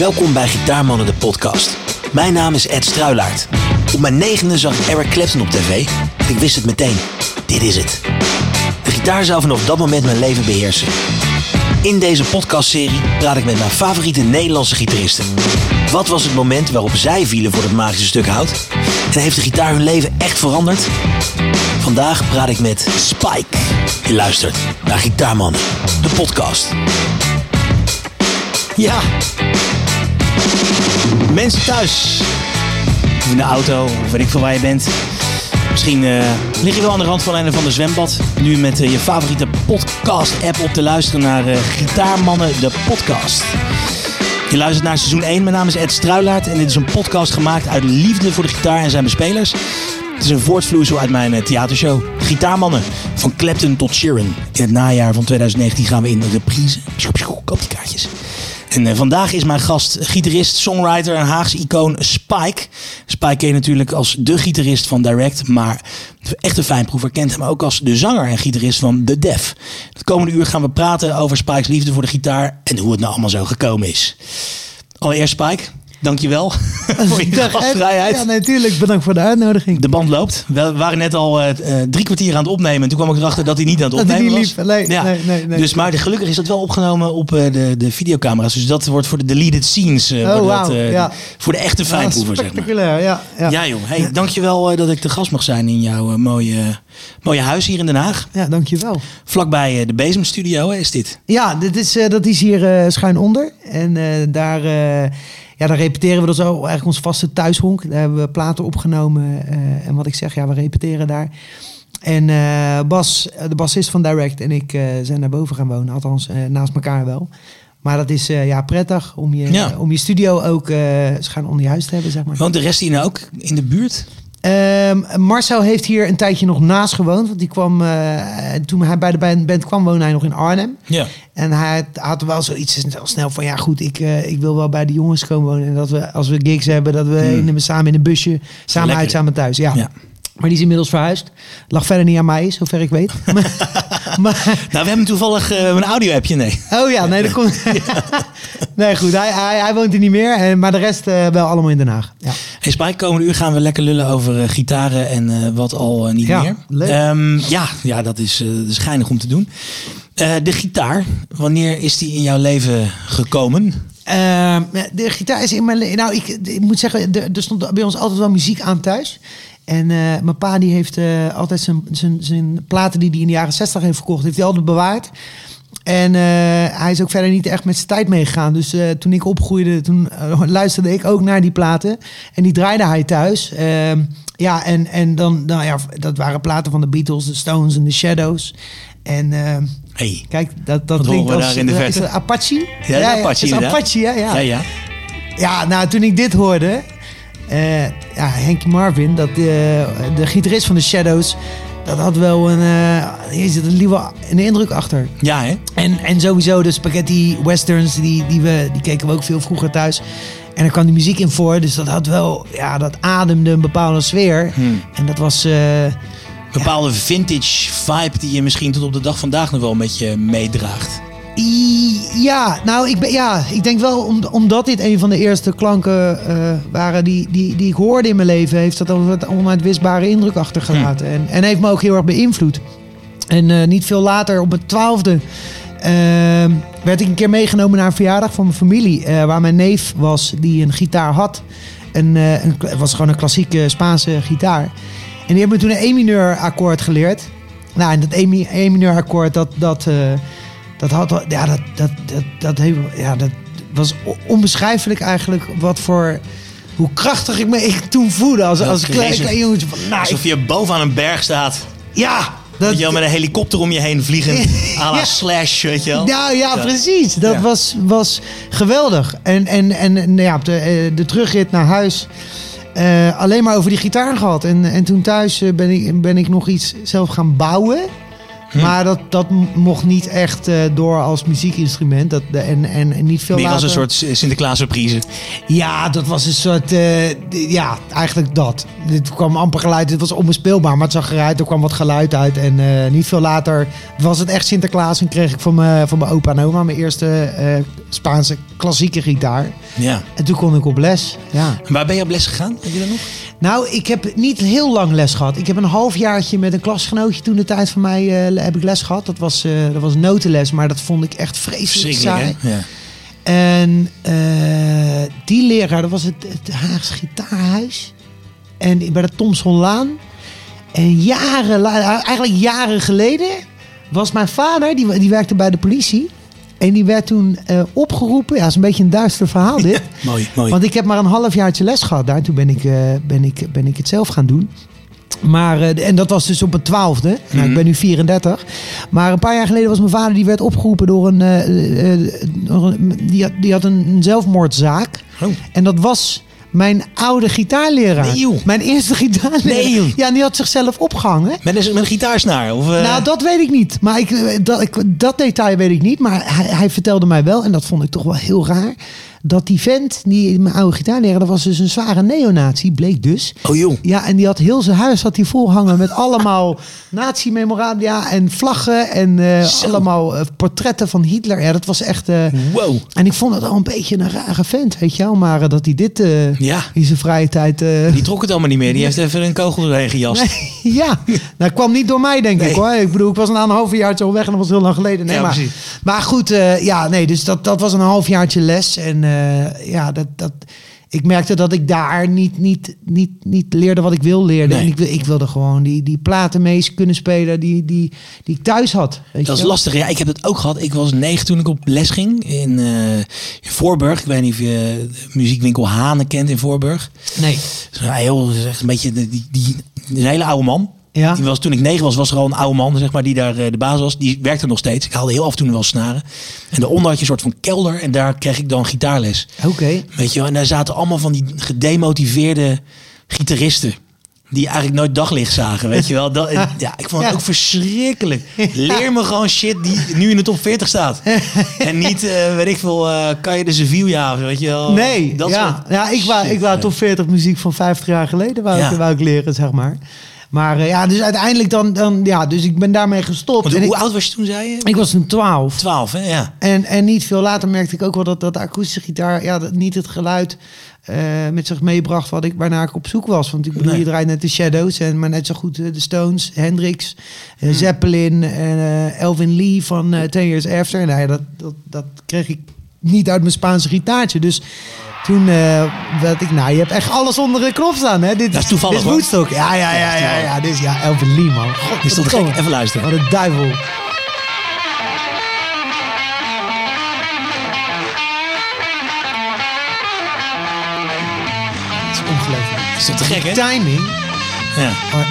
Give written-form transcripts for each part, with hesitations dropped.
Welkom bij Gitaarmannen, de podcast. Mijn naam is Ed Struilaert. Op mijn 9e zag ik Eric Clapton op tv. Ik wist het meteen. Dit is het. De gitaar zou vanaf dat moment mijn leven beheersen. In deze podcastserie praat ik met mijn favoriete Nederlandse gitaristen. Wat was het moment waarop zij vielen voor het magische stuk hout? En heeft de gitaar hun leven echt veranderd? Vandaag praat ik met Spike. Je luistert naar Gitaarmannen, de podcast. Ja. Mensen thuis. Of in de auto, of weet ik veel waar je bent. Misschien lig je wel aan de rand van een of ander zwembad. Nu met je favoriete podcast-app op te luisteren naar Gitaarmannen, de podcast. Je luistert naar seizoen 1. Mijn naam is Ed Struilaert en dit is een podcast gemaakt uit liefde voor de gitaar en zijn bespelers. Het is een voortvloeisel uit mijn theatershow. Gitaarmannen, van Clapton tot Sheeran. In het najaar van 2019 gaan we in de reprise. Koop die kaartjes. En vandaag is mijn gast gitarist, songwriter en Haagse icoon Spike. Spike ken je natuurlijk als de gitarist van Direct, maar echt een fijnproever kent hem ook als de zanger en gitarist van The Def. Het komende uur gaan we praten over Spike's liefde voor de gitaar en hoe het nou allemaal zo gekomen is. Allereerst Spike, dankjewel voor je gastvrijheid. Ja, natuurlijk. Bedankt voor de uitnodiging. De band loopt. We waren net al 3 kwartier aan het opnemen. En toen kwam ik erachter dat hij niet aan het opnemen was. Nee. Dus, maar gelukkig is dat wel opgenomen op de videocamera's. Dus dat wordt voor de deleted scenes. Voor de echte fijnproever, zeg maar. Ja, joh. Hey, dankjewel dat ik te gast mag zijn in jouw mooie huis hier in Den Haag. Ja, dankjewel. Vlakbij de Bezemstudio is dit. Ja, dat is hier schuin onder. En daar repeteren we. Dat is eigenlijk ons vaste thuishonk. Daar hebben we platen opgenomen. En wat ik zeg, we repeteren daar. En Bas, de bassist van Direct en ik zijn naar boven gaan wonen. Althans, naast elkaar wel. Maar dat is prettig om je studio ook schuin onder je huis te hebben, zeg maar. Woont de rest hier nou ook in de buurt? Marcel heeft hier een tijdje nog naast gewoond. Want die kwam, toen hij bij de band kwam, woonde hij nog in Arnhem. Ja. En hij had wel zoiets snel van, ik wil wel bij de jongens komen wonen. En dat we, als we gigs hebben, dat we samen in een busje, samen uit, samen thuis. Ja. Maar die is inmiddels verhuisd. Lag verder niet aan mij, zover ik weet. maar we hebben toevallig een audio-appje, nee. Oh ja, nee, dat komt. Nee, goed. Hij woont er niet meer. Maar de rest wel allemaal in Den Haag. Ja. Hey Spike, komende uur gaan we lekker lullen over gitaren en wat al niet meer. Leuk. Dat is geinig om te doen. De gitaar, wanneer is die in jouw leven gekomen? De gitaar is in mijn leven. Nou, ik moet zeggen, er stond bij ons altijd wel muziek aan thuis. En mijn pa die heeft altijd zijn platen die hij in de jaren 60 heeft verkocht, heeft hij altijd bewaard. En hij is ook verder niet echt met zijn tijd meegegaan. Dus toen ik opgroeide, toen luisterde ik ook naar die platen. En die draaide hij thuis. En dan dat waren platen van de Beatles, de Stones en de Shadows. En hey, kijk, dat klinkt als in de verte. Is het Apache? Ja, Apache. Is Apache, ja. Ja, nou, toen ik dit hoorde, Henky Marvin, de gitarist van de Shadows, dat had wel hier zit een indruk achter. Ja, hè? En sowieso de spaghetti westerns, die keken we ook veel vroeger thuis. En daar kwam die muziek in voor, dus dat had wel, dat ademde een bepaalde sfeer. En dat was bepaalde vintage vibe die je misschien tot op de dag vandaag nog wel een beetje meedraagt. Ja, nou, ik denk wel, omdat dit een van de eerste klanken waren die ik hoorde in mijn leven, heeft dat een onuitwisbare indruk achtergelaten. En heeft me ook heel erg beïnvloed. En niet veel later, op mijn 12e, werd ik een keer meegenomen naar een verjaardag van mijn familie, waar mijn neef was die een gitaar had. Het was gewoon een klassieke Spaanse gitaar. En die hebben me toen een E-mineur akkoord geleerd. Nou, en dat E-mineur akkoord, dat was onbeschrijfelijk eigenlijk hoe krachtig ik toen voelde als klein jongetje. Alsof je bovenaan een berg staat. Ja. Dat je met een helikopter om je heen vliegen. À la Slash, weet je wel. Nou ja, precies. Dat was geweldig. En de terugrit naar huis, alleen maar over die gitaar gehad. En toen thuis ben ik nog iets zelf gaan bouwen. Maar dat mocht niet echt door als muziekinstrument. En niet veel meer later. als een soort Sinterklaas surprise. Ja, dat was een soort... eigenlijk dat. Dit kwam amper geluid. Dit was onbespeelbaar, maar het zag eruit. Er kwam wat geluid uit. En niet veel later was het echt Sinterklaas. En kreeg ik van mijn opa en oma mijn eerste Spaanse klassieke gitaar. Ja. En toen kon ik op les. Ja. Waar ben je op les gegaan? Weet je dat nog? Nou, ik heb niet heel lang les gehad. Ik heb een halfjaartje met een klasgenootje toen de tijd van mij heb ik les gehad. Dat was notenles, maar dat vond ik echt vreselijk saai. Ja. En die leraar, dat was het Haagse Gitaarhuis. En bij de Thomsonlaan. En jaren geleden was mijn vader, die werkte bij de politie. En die werd toen opgeroepen. Ja, dat is een beetje een duister verhaal dit. Ja, mooi. Want ik heb maar een halfjaartje les gehad daar. Toen ben ik het zelf gaan doen. Maar, en dat was dus op het 12e. Nou, ik ben nu 34. Maar een paar jaar geleden was mijn vader, die werd opgeroepen door die had een zelfmoordzaak. Oh. En dat was mijn oude gitaarleraar. Nee, joh. Mijn eerste gitaarleraar. Nee, joh. Ja, en die had zichzelf opgehangen. Met een gitaarsnaar? Of, Nou, dat weet ik niet. Maar dat detail weet ik niet. Maar hij vertelde mij wel, en dat vond ik toch wel heel raar, dat die vent, mijn oude gitaarleraar, dat was dus een zware neonazi, bleek dus. Oh joh. Ja, en die had heel zijn huis vol hangen met allemaal nazi-memorabilia en vlaggen en allemaal portretten van Hitler. Ja, dat was echt... wow. En ik vond het al een beetje een rare vent, weet je wel. Maar dat hij dit in zijn vrije tijd... Die trok het allemaal niet meer. Die heeft even een kogel erheen gejast. Nee, ja, dat kwam niet door mij, denk ik hoor. Ik bedoel, ik was na een halfjaartje al weg en dat was heel lang geleden. Nee, ja, maar goed, dus dat was een halfjaartje les. En ik merkte dat ik daar niet leerde wat ik wil leren. Nee. En ik wilde gewoon die platen mee kunnen spelen die ik thuis had. Weet dat is lastig. Ja, ik heb het ook gehad. Ik was 9 toen ik op les ging in Voorburg. Ik weet niet of je de muziekwinkel Hanen kent in Voorburg. Nee. Echt een beetje een hele oude man. Ja. Die was, toen ik 9 was er al een oude man, zeg maar, die daar de baas was. Die werkte nog steeds. Ik haalde heel af en toe wel snaren. En daaronder had je een soort van kelder. En daar kreeg ik dan gitaarles. Oké. Weet je wel, en daar zaten allemaal van die gedemotiveerde gitaristen. Die eigenlijk nooit daglicht zagen, weet je wel. Ik vond het ook verschrikkelijk. Leer me gewoon shit die nu in de top 40 staat. En niet, weet ik veel, kan je de Sevilla, weet je wel. Nee, ik wou top 40 muziek van 50 jaar geleden wou ik leren, zeg maar. Maar dus uiteindelijk dan dus ik ben daarmee gestopt. Want hoe oud was je toen, zei je? Ik was toen 12. 12, hè, ja. En niet veel later merkte ik ook wel dat de akoestische gitaar, niet het geluid met zich meebracht waarnaar ik op zoek was. Want ik bedoel, je draait net de Shadows, maar net zo goed de Stones, Hendrix, Zeppelin, Elvin Lee van 10 Years After. Nou, dat kreeg ik niet uit mijn Spaanse gitaartje. Dus toen werd ik, je hebt echt alles onder de knop staan, hè? Dit is toevallig, dit is Woodstock. Ja. Dit is Elvin Lee, man. God, dit is toch gek? Even luisteren. Wat een duivel. Dat is ongelooflijk. Is dat te gek, hè? Timing. Ja.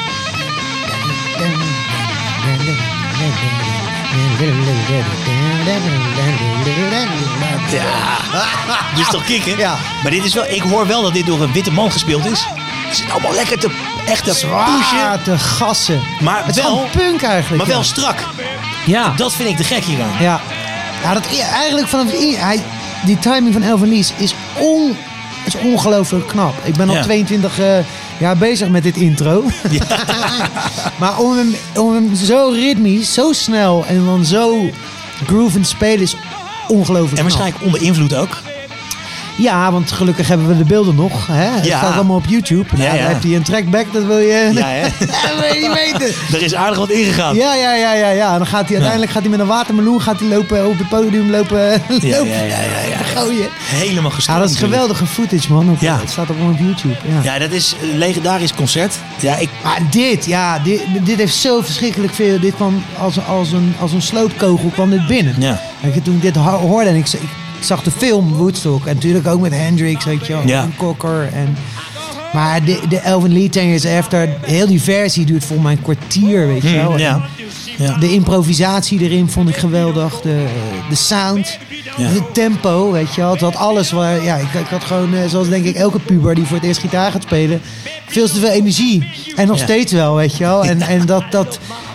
Ja, dit is toch kicken? Ja. Maar dit is wel, ik hoor wel dat dit door een witte man gespeeld is. Het is allemaal lekker te pushen. Te gassen. Maar het is wel punk eigenlijk. Maar wel strak. Ja. Dat vind ik te gek hieraan. Ja. Dat eigenlijk vanaf die timing van Elvin Lee is ongelooflijk knap. Ik ben al 22 jaar bezig met dit intro. Ja. Maar om hem zo ritmisch, zo snel en dan zo groovend spelen is ongelooflijk knap. En waarschijnlijk onder invloed ook. Ja, want gelukkig hebben we de beelden nog. Hè? Het staat allemaal op YouTube. Dan heeft hij een trackback, dat wil je, dat wil je niet weten. Er is aardig wat ingegaan. Ja. Dan gaat hij uiteindelijk met een watermeloen lopen op het podium lopen gooien. Helemaal gestoord. Ja, dat is geweldige footage, man. Het staat op YouTube. Ja, dat is een legendarisch concert. Ja, Maar dit heeft zo verschrikkelijk veel. Dit kwam als een sloopkogel kwam dit binnen. Ja. En toen ik dit hoorde en ik zag de film Woodstock. En natuurlijk ook met Hendrix, weet je wel. Ja. En Cocker. Maar de Elvin Lee 10 Years After, heel die versie duurt volgens mij een kwartier, weet je wel. Ja. De improvisatie erin vond ik geweldig. De sound. Ja. Het tempo, weet je wel. Het had alles. Ik had gewoon, zoals denk ik elke puber die voor het eerst gitaar gaat spelen, veel te veel energie. En nog steeds wel, weet je wel. En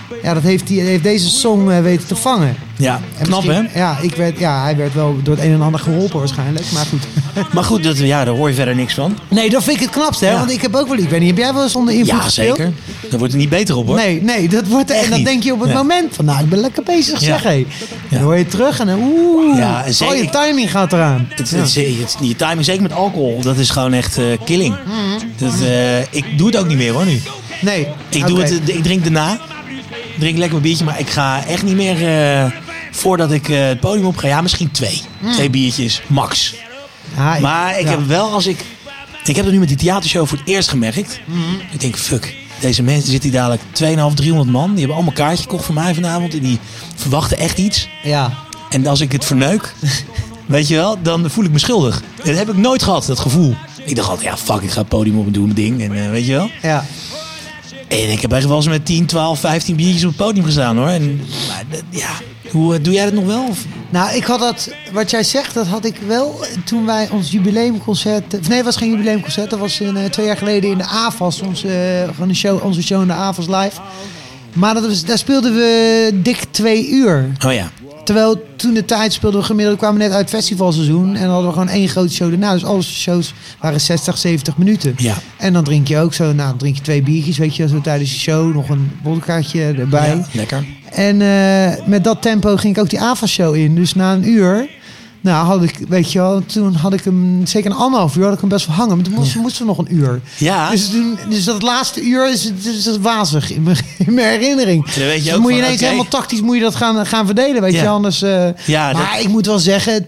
Ja, dat heeft deze song weten te vangen. Ja, En knap hè? Ja, hij werd wel door het een en ander geholpen waarschijnlijk. Maar goed. Maar goed, daar hoor je verder niks van. Nee, dat vind ik het knapste. Hè? Ja. Want ik heb ook wel... Ik weet niet, heb jij wel eens onder invloed Ja, gespeeld? zeker. Daar wordt het niet beter op hoor. Nee, dat wordt... Echt En dan niet. denk je op het Nee. moment van... Nou, ik ben lekker bezig, zeg hé. Dan hoor je terug en dan... Ja, en zeker- je timing gaat eraan. Die timing, zeker met alcohol, dat is gewoon echt killing. Ik doe het ook niet meer hoor nu. Nee. Ik drink daarna. Ik drink lekker een biertje, maar ik ga echt niet meer voordat ik het podium op ga. Ja, misschien 2. 2 biertjes, max. Maar ik heb wel als ik... Ik heb het nu met die theatershow voor het eerst gemerkt. Ik denk, fuck, deze mensen zitten hier dadelijk 300 man. Die hebben allemaal een kaartje gekocht voor mij vanavond. En die verwachten echt iets. Ja. En als ik het verneuk, weet je wel, dan voel ik me schuldig. Dat heb ik nooit gehad, dat gevoel. Ik dacht altijd, ja fuck, ik ga het podium op en doe mijn ding. En weet je wel. Ja. En ik heb echt wel eens met 10, 12, 15 biertjes op het podium gestaan hoor. Hoe doe jij dat nog wel? Of? Nou, ik had dat, wat jij zegt, dat had ik wel toen wij ons jubileumconcert... Nee, het was geen jubileumconcert. Dat was 2 jaar geleden in de AVAS, onze show in de AVAS live. Maar daar speelden we dik 2 uur. Oh ja. Terwijl toen de tijd speelden we gemiddeld, kwamen we net uit het festivalseizoen en hadden we gewoon 1 grote show daarna. Dus alle shows waren 60, 70 minuten. Ja. En dan drink je ook zo, dan drink je 2 biertjes, weet je, zo tijdens de show, nog een vodkaartje erbij. Ja, lekker. En met dat tempo ging ik ook die AVA-show in. Dus na een uur, toen had ik hem, zeker een 1,5 uur, had ik hem best wel hangen. Maar toen moesten we nog een uur. Ja. Dus dat laatste uur is wazig in mijn herinnering. Dan weet je Dus ook moet je van, ineens oké. helemaal tactisch moet je dat gaan verdelen, weet je. Anders, maar ik moet wel zeggen,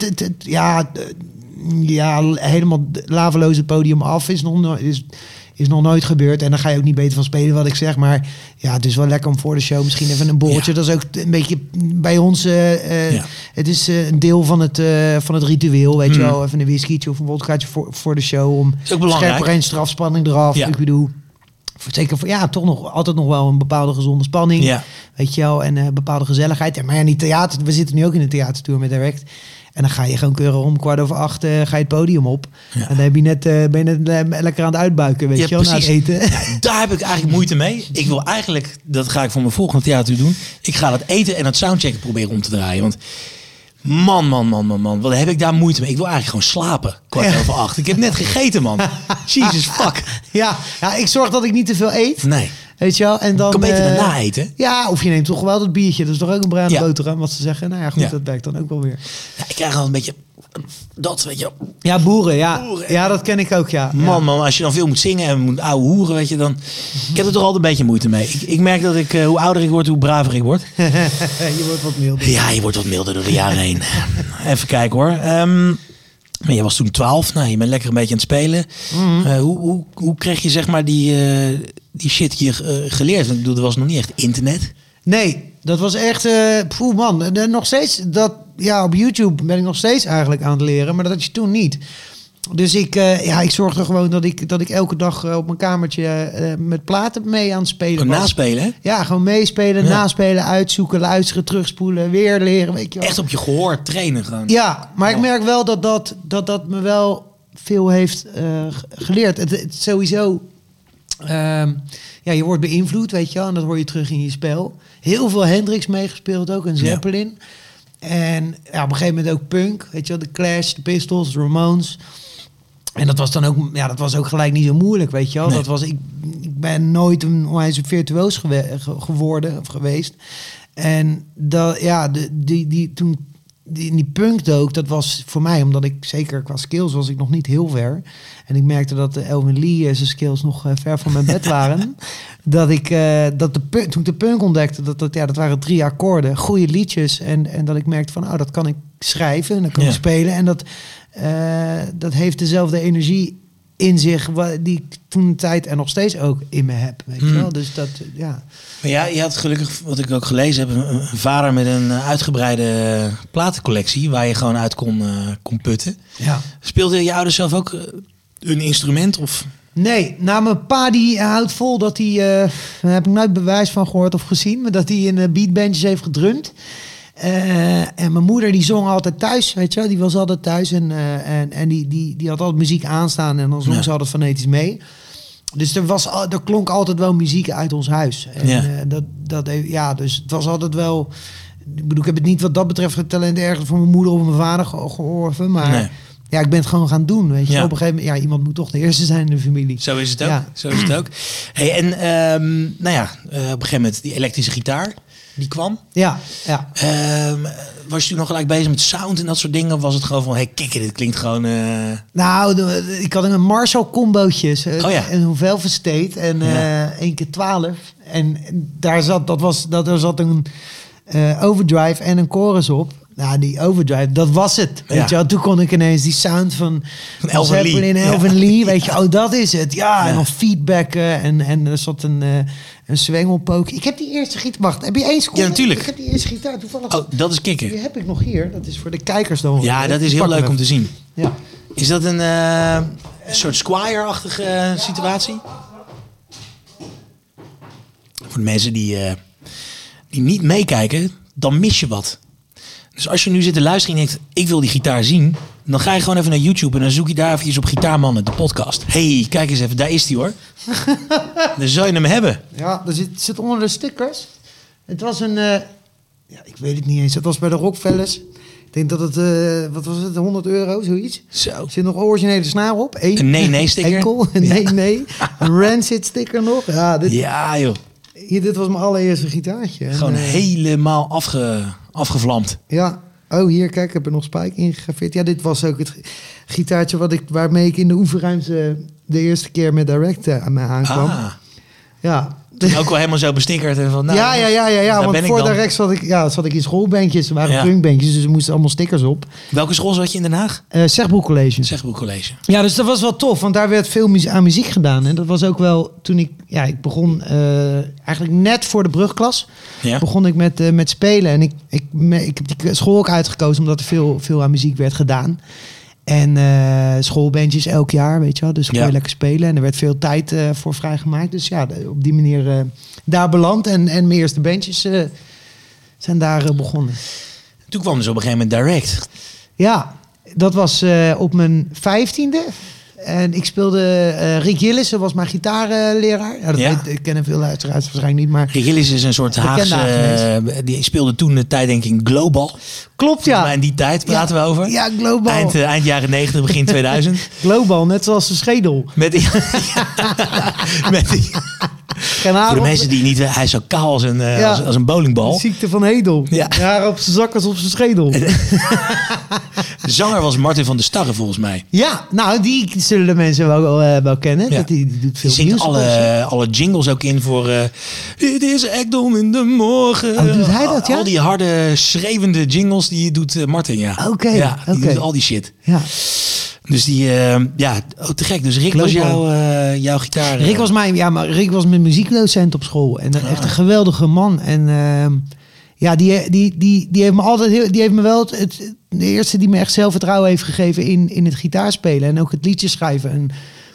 helemaal laveloos het podium af is nog nooit gebeurd. En dan ga je ook niet beter van spelen wat ik zeg. Maar ja, het is wel lekker om voor de show misschien even een borreltje. Ja. Dat is ook een beetje bij ons. Het is een deel van het ritueel, weet je wel. Even een whiskietje of een vodkaatje voor de show. Om is ook belangrijk. scherper heen, strafspanning eraf. Ja. Ik bedoel, zeker voor toch nog altijd nog wel een bepaalde gezonde spanning. Ja. Weet je wel, en bepaalde gezelligheid. Maar ja, niet theater. We zitten nu ook in de theatertour met Direct. En dan ga je gewoon keurig om 7:15 ga je het podium op. Ja. En dan ben je net lekker aan het uitbuiken, weet je wel, na het eten. Ja, daar heb ik eigenlijk moeite mee. Ik wil eigenlijk, dat ga ik voor mijn volgende theater doen. Ik ga dat eten en het soundchecken proberen om te draaien. Want man, wat heb ik daar moeite mee? Ik wil eigenlijk gewoon slapen, 7:15. Ik heb net gegeten, man. Jesus fuck. Ja, ik zorg dat ik niet te veel eet. Nee. Weet je wel? En dan Ik kan beter daarna eten. Ja, of je neemt toch wel dat biertje. Dat is toch ook een bruine Ja. boterham, wat ze zeggen. Nou ja, goed, Ja. dat werkt dan ook wel weer. Ja, ik krijg al een beetje dat, weet je. Ja, boeren, ja. Boeren. Ja, dat ken ik ook, ja. Man, als je dan veel moet zingen en moet ouwe hoeren, weet je, dan... Ik heb er toch altijd een beetje moeite mee. Ik merk dat ik, hoe ouder ik word, hoe braver ik word. Je wordt wat milder. Ja, je wordt wat milder door de jaren heen. Even kijken hoor. Maar je was toen 12. Nou, je bent lekker een beetje aan het spelen. Hoe kreeg je zeg maar die shit hier geleerd? Want ik bedoel, er was nog niet echt internet. Nee, dat was echt... nog steeds... op YouTube ben ik nog steeds eigenlijk aan het leren. Maar dat had je toen niet. Dus ik zorgde gewoon dat ik elke dag op mijn kamertje met platen mee aan het spelen was. Naspelen, hè? Ja, gewoon meespelen, naspelen, uitzoeken, luisteren, terugspoelen, weer leren, weet je wel. Echt op je gehoor trainen gewoon. Ja, maar ik merk wel dat me wel veel heeft geleerd. Het sowieso... je wordt beïnvloed, weet je wel. En dat hoor je terug in je spel. Heel veel Hendrix meegespeeld ook, en Zeppelin. Ja. En op een gegeven moment ook punk. Weet je wel, de Clash, de Pistols, de Ramones. En dat was dan ook, dat was ook gelijk niet zo moeilijk, weet je wel. Nee. Ik ben nooit een onwijs virtuoos geworden of geweest. En toen die punk dook, dat was voor mij, omdat ik zeker qua skills was ik nog niet heel ver. En ik merkte dat Elvin Lee zijn skills nog ver van mijn bed waren. Toen ik de punk ontdekte, dat waren 3 akkoorden, goede liedjes. En dat ik merkte van, dat kan ik schrijven en dat kan ik spelen. En dat heeft dezelfde energie in zich die ik toen de tijd en nog steeds ook in me heb. Weet je wel? Dus dat, ja. Maar ja, je had gelukkig, wat ik ook gelezen heb, een vader met een uitgebreide platencollectie waar je gewoon uit kon putten. Ja. Speelde je ouders zelf ook een instrument? Of? Nee, mijn pa die houdt vol dat hij, daar heb ik nooit bewijs van gehoord of gezien, maar dat hij in beatbandjes heeft gedrumd. En mijn moeder die zong altijd thuis, weet je wel. Die was altijd thuis en die had altijd muziek aanstaan en dan zong ze altijd fonetisch mee. Dus er klonk altijd wel muziek uit ons huis. En, dus het was altijd wel... Ik bedoel, ik heb het niet wat dat betreft talent ergens van mijn moeder of mijn vader gehoorven, maar... Nee. Ja, ik ben het gewoon gaan doen, weet je. Op een gegeven moment, ja, iemand moet toch de eerste zijn in de familie. Zo is het ook. Ja. Zo is het ook. Hey, en op een gegeven moment die elektrische gitaar, die kwam. Ja. Was je toen nog gelijk bezig met sound en dat soort dingen? Of was het gewoon van, hey, kikker, dit klinkt gewoon... Nou, ik had een Marshall combootjes. En een Velvet State en 1 keer 12. En daar zat een overdrive en een chorus op. Nou, die overdrive, dat was het. Weet je wel? Toen kon ik ineens die sound van Elvin Lee, weet je, dat is het. Ja, en dan feedbacken en er zat een zwengelpook. Ik heb die eerste gitaar. Wacht, heb je 1 seconde? Ja, natuurlijk. Ik heb die eerste gitaar toevallig. Oh, dat is kikker. Die heb ik nog hier. Dat is voor de kijkers dan. Ja, dat is heel leuk om te zien. Ja. Is dat een soort Squire-achtige situatie? Voor de mensen die niet meekijken, dan mis je wat. Dus als je nu zit te luisteren en denkt, ik wil die gitaar zien, dan ga je gewoon even naar YouTube en dan zoek je daar eventjes op Gitaarmannen, de podcast. Hey, kijk eens even, daar is die hoor. Dan zou je hem hebben. Ja, er zit onder de stickers. Het was ik weet het niet eens. Het was bij de Rockfellas. Ik denk dat het, wat was het, €100, zoiets. Zo. Er zit nog originele snaar op. Een nee-sticker. Enkel, nee. Een Rancid sticker nog. Ja, joh. Dit was mijn allereerste gitaartje. Gewoon helemaal afgevlamd. Ja. Oh, hier, kijk, ik heb er nog spijk in gegraveerd. Ja, dit was ook het gitaartje waarmee ik in de oefenruimte de eerste keer met Direct aan mij aankwam. Ah. Ja. Toen ook wel helemaal zo bestickerd. En van, nou, ja. Want voor Direct zat ik in schoolbandjes. Er waren punkbandjes, dus er moesten allemaal stickers op. Welke school zat je in Den Haag? Zegbroek College. Zegbroek College. Ja, dus dat was wel tof, want daar werd veel aan muziek gedaan. En dat was ook wel toen ik begon, eigenlijk net voor de brugklas, begon ik met spelen. En ik heb die school ook uitgekozen omdat er veel aan muziek werd gedaan. En schoolbandjes elk jaar, weet je wel. Dus kon je lekker spelen. En er werd veel tijd voor vrijgemaakt. Dus ja, op die manier daar beland. En mijn eerste bandjes zijn daar begonnen. Toen kwam dus op een gegeven moment Direct. Ja, dat was op mijn 15e. En ik speelde Rick Gillissen was mijn gitaarleraar. Ik ken veel luisteraars waarschijnlijk niet, maar... Rick Gillissen is een soort Haagse... die speelde toen de tijd denk ik in Global. Klopt, ja. Maar in die tijd praten we over. Ja, Global. Eind jaren 90, begin 2000. Global, net zoals de schedel. Met die... Voor de mensen die niet... Hij is zo kaal als een bowlingbal. De ziekte van Hedel. Ja. Haar op zijn zak als op zijn schedel. De zanger was Martin van der Starre volgens mij. Ja, nou die zullen de mensen wel kennen. Ja. Die doet veel zingt alle jingles ook in voor... Dit is Ekdom in de morgen. Oh, doet hij dat, ja? Al die harde, schreeuwende jingles die doet Martin, ja. Oké. Ja, die doet al die shit. Ja. Dus die, te gek. Dus Rick was jouw gitaar. Rick was mijn muziekdocent op school. En echt een geweldige man. En die heeft me altijd die heeft me wel de eerste die me echt zelfvertrouwen heeft gegeven in het gitaarspelen. En ook het liedjes schrijven. En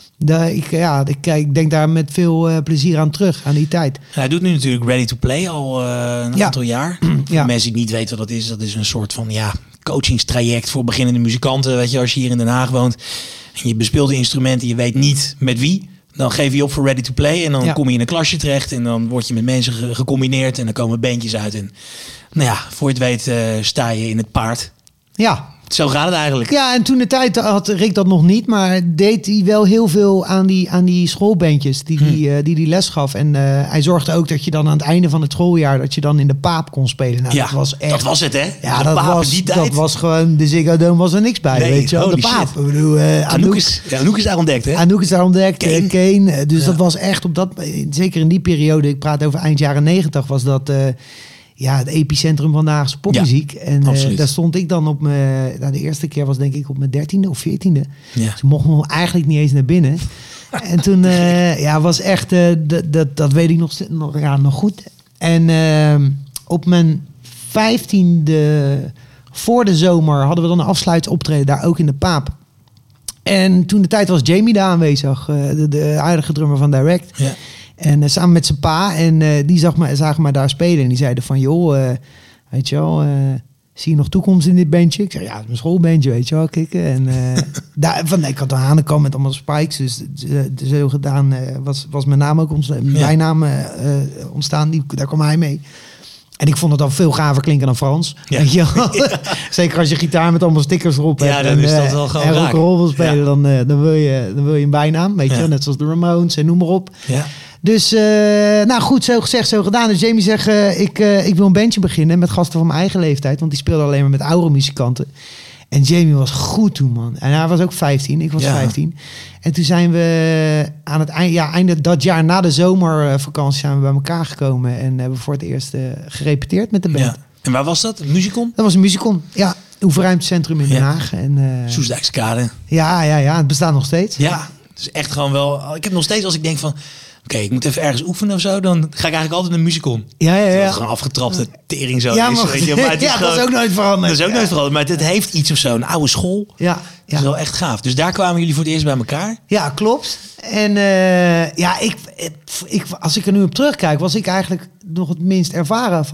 ik denk daar met veel plezier aan terug, aan die tijd. Hij doet nu natuurlijk Ready to Play al een aantal jaar. Voor mensen die niet weten wat dat is een soort van coachingstraject voor beginnende muzikanten. Weet je, als je hier in Den Haag woont en je bespeelt de instrumenten, je weet niet met wie, dan geef je op voor Ready to Play en dan kom je in een klasje terecht en dan word je met mensen gecombineerd en dan komen bandjes uit. En voor je het weet sta je in het paard. Ja. Zo gaat het eigenlijk. Ja, en toen de tijd had Rick dat nog niet, maar deed hij wel heel veel aan die schoolbandjes die les gaf. En hij zorgde ook dat je dan aan het einde van het schooljaar, dat je dan in de Paap kon spelen. Nou, dat was echt... Dat was het, hè? Ja, dat was gewoon, de Ziggo Dome was er niks bij, weet je wel. De Paap. Ik bedoel, Anouk is daar ontdekt, hè? Anouk is daar ontdekt, Kane. Dus dat was echt zeker in die periode, ik praat over eind jaren 90, was dat... het epicentrum van de Haagse popmuziek. Ja, en daar stond ik dan op mijn... de eerste keer was denk ik op mijn 13e of 14e. Ja. Dus ik mocht nog eigenlijk niet eens naar binnen. En toen was echt... dat weet ik nog goed. En op mijn 15e... voor de zomer hadden we dan een afsluitoptreden daar ook in de Paap. En toen de tijd was Jamie daar aanwezig. De huidige drummer van Direct. Ja. En samen met zijn pa. En die zagen mij daar spelen. En die zeiden van, joh, weet je wel... zie je nog toekomst in dit bandje? Ik zeg, ja, het is mijn schoolbandje, weet je wel, kikken. En ik had een hanenkam met allemaal spikes, dus zo gedaan was mijn naam ook mijn bijnaam ontstaan. Daar kwam hij mee. En ik vond het al veel gaver klinken dan Frans. Ja. Weet je wel? Ja. Zeker als je gitaar met allemaal stickers erop hebt. Ja, dan is dat wel gewoon en raak. rock'n'roll wil spelen, dan wil je een bijnaam. Weet je wel? Net zoals de Ramones en noem maar op. Ja. Dus, nou goed, zo gezegd, zo gedaan. Dus Jamie zegt, ik wil een bandje beginnen met gasten van mijn eigen leeftijd. Want die speelden alleen maar met oudere muzikanten. En Jamie was goed toen, man. En hij was ook 15, ik was 15. En toen zijn we aan het einde dat jaar, na de zomervakantie, zijn we bij elkaar gekomen. En hebben we voor het eerst gerepeteerd met de band. Ja. En waar was dat? Een musicon? Dat was een musicon, ja. Oefenruimtecentrum in Den Haag. En, Soesdijkskade. Ja, het bestaat nog steeds. Ja, het is echt gewoon wel... Ik heb nog steeds, als ik denk van... Oké, ik moet even ergens oefenen of zo, dan ga ik eigenlijk altijd naar een musicon. Ja. Dat gewoon afgetrapte tering zo ja, is. Maar, weet je, maar het is dat is ook nooit veranderd. Dat is ook nooit veranderd, maar het heeft iets of zo. Een oude school. Ja. Dat is wel echt gaaf. Dus daar kwamen jullie voor het eerst bij elkaar? Ja, klopt. En als ik er nu op terugkijk, was ik eigenlijk nog het minst ervaren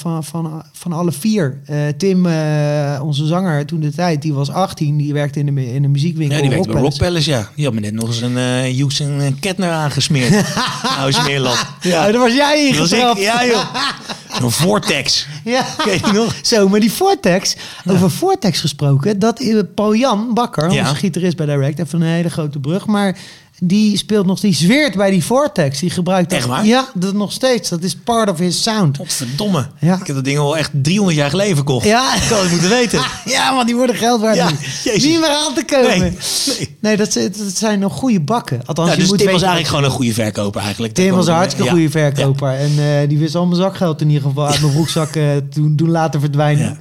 van alle vier. Tim, onze zanger toen de tijd, die was 18. Die werkte in een muziekwinkel. Ja, die werkte bij Rock Palace, ja. Die had me net nog eens een Hughes en Kettner aangesmeerd. Nou, Smeerland. Ja, daar was jij in getrapt. Ja, joh. Een Vortex. Ja. Ken je nog? Zo, maar die Vortex, over Vortex gesproken, dat Paul Jan Bakker, onze gitarist bij Direct, even een hele grote brug, maar die speelt nog, die zweert bij die Vortex. Die gebruikt dat. Echt waar? Ja, dat nog steeds. Dat is part of his sound. Godverdomme. Ja. Ik heb dat ding al echt 300 jaar geleden verkocht. Ja. Ik had het moeten weten. Ja, want die worden geld waard. Ja, nu. jezus. Niet meer aan te komen. Nee. Dat zijn nog goede bakken. Althans, Ja, je dus moet Tim was weten eigenlijk gewoon een goede verkoper eigenlijk. Tim was een hartstikke goede verkoper. Ja. En die wist al mijn zakgeld in ieder geval uit mijn broekzak doen laten verdwijnen.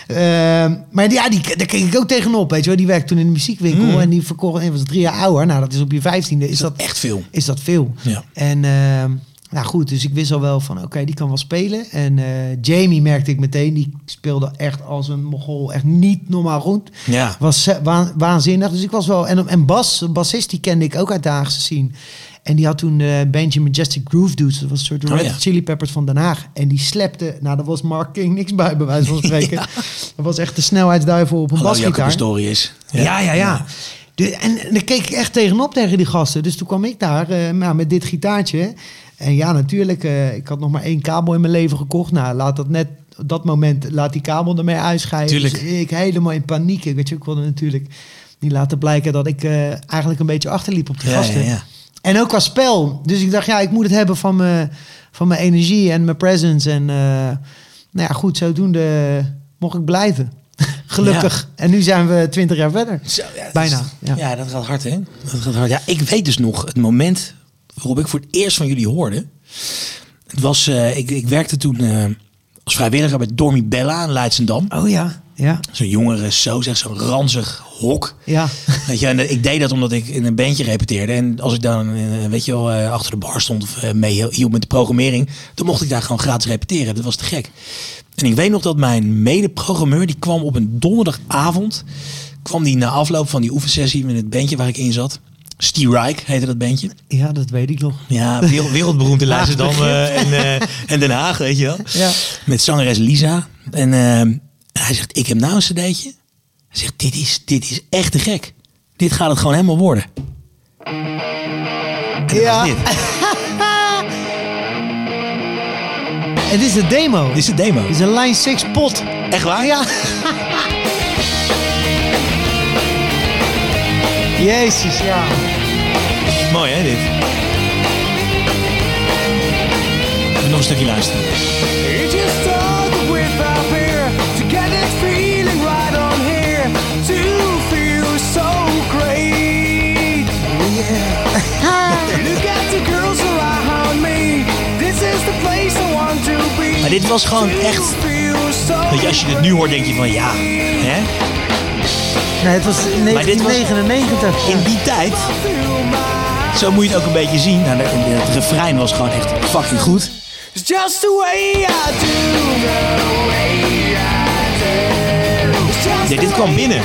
Ja. Maar daar keek ik ook tegenop. Weet je wel. Die werkte toen in de muziekwinkel. En die verkocht, en was 3 jaar ouder. Nou, dat is op je 15e. Is dat echt veel? Is dat veel? Ja. En nou goed, dus ik wist al wel van oké, die kan wel spelen. En Jamie merkte ik meteen, die speelde echt als een Mogol, echt niet normaal goed. Ja. Was waanzinnig. Dus ik was wel, en Bas, bassist, die kende ik ook uit de Haagse scene. En die had toen een bandje Majestic Groove Dudes. Dat was een soort Red Chili Peppers van Den Haag. En die slepte, nou daar was Mark King niks bij wijze van spreken. Dat was echt de snelheidsduivel op een basgitaar. Historie is. Ja. En daar keek ik echt tegenop tegen die gasten. Dus toen kwam ik daar met dit gitaartje. En ja, natuurlijk, ik had nog maar 1 kabel in mijn leven gekocht. Nou, op dat moment laat die kabel ermee uitscheiden. Tuurlijk. Dus ik helemaal in paniek. Ik wilde natuurlijk niet laten blijken dat ik eigenlijk een beetje achterliep op die gasten. Ja. En ook qua spel. Dus ik dacht, ik moet het hebben van mijn energie en mijn presence. En nou ja, goed, zodoende mocht ik blijven. Gelukkig. Ja. En nu zijn we 20 jaar verder. Zo, bijna. Ja, dat gaat hard, hè? Dat gaat hard. Ja, ik weet dus nog het moment waarop ik voor het eerst van jullie hoorde. Het was, ik werkte toen als vrijwilliger bij Dormy Bella in Leidschendam. Oh ja. Zo'n jongere zo'n ranzig hok. Ja. Weet je, en ik deed dat omdat ik in een bandje repeteerde. En als ik dan, achter de bar stond of mee hielp met de programmering, dan mocht ik daar gewoon gratis repeteren. Dat was te gek. En ik weet nog dat mijn mede-programmeur, die kwam op een donderdagavond, kwam die na afloop van die oefensessie met het bandje waar ik in zat. Steve Reich heette dat bandje. Ja, dat weet ik nog. Ja, wereldberoemd in Leidschendam en Den Haag, weet je wel. Ja. Met zangeres Lisa. En hij zegt, ik heb nou een cd'tje. Hij zegt, dit is echt te gek. Dit gaat het gewoon helemaal worden. Ja. Het is de demo. Dit is de demo. Het is een Line 6 pot. Echt waar? Ja. Jezus, ja. Mooi, hè, dit? En nog een stukje luisteren. Maar dit was gewoon echt... Weet je, als je dit nu hoort, denk je van ja, hè? Nee, het was 1999. In die tijd, zo moet je het ook een beetje zien. Nou, het refrein was gewoon echt fucking goed. Just the way I do. Nee, dit kwam binnen.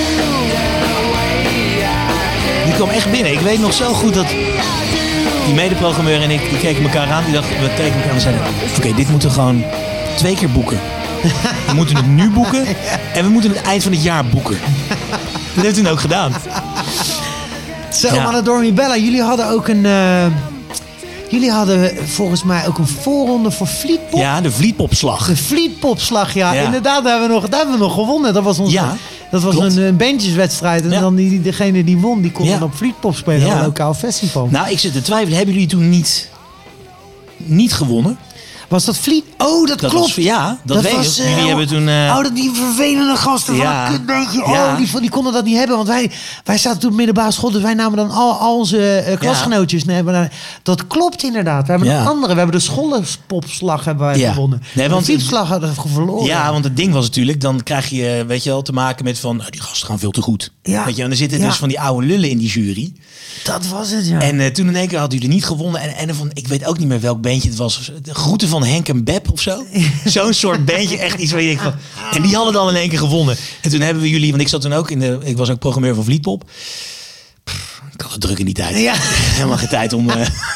Dit kwam echt binnen. Ik weet nog zo goed dat die medeprogrammeur en ik, die keken elkaar aan. We keken elkaar aan en zeiden, oké, dit moeten we gewoon 2 keer boeken. We moeten het nu boeken. En we moeten het eind van het jaar boeken. Dat heeft u ook gedaan. Zo, maar Dormi Bella, jullie hadden ook een... jullie hadden volgens mij ook een voorronde voor Fleetpop. Ja, de Fleetpopslag. De Fleetpopslag, ja. Inderdaad, daar hebben we nog gewonnen. Dat was onze... Ja. Dat was een bandjeswedstrijd. En dan degene die won, die kon dan op Fleetpop spelen. Op een lokaal festival. Nou, ik zit te twijfelen. Hebben jullie toen niet gewonnen? Was dat Fleet? Oh, dat klopt. Dat weet ik. Jullie hebben toen... die vervelende gasten van een kutbeentje. Die konden dat niet hebben. Want wij zaten toen op middelbare school. Dus wij namen dan al onze klasgenootjes. Dat klopt inderdaad. We hebben een andere. We hebben de schoolpopslag gewonnen. Nee, want de Fleetslag hadden we verloren. Ja, want het ding was natuurlijk... Dan krijg je, weet je wel, te maken met van... die gasten gaan veel te goed. Ja. Weet je, en er zitten dus van die oude lullen in die jury. Dat was het, ja. En toen in één keer hadden jullie niet gewonnen. En ik weet ook niet meer welk bandje het was. De groeten van Henk en Beb of zo. Zo'n soort bandje, echt iets waar je denkt van... En die hadden dan in één keer gewonnen. En toen hebben we jullie... Want ik zat toen ook ik was ook programmeur van Fleetpop. Ik had het druk in die tijd. Ja. Helemaal geen tijd om...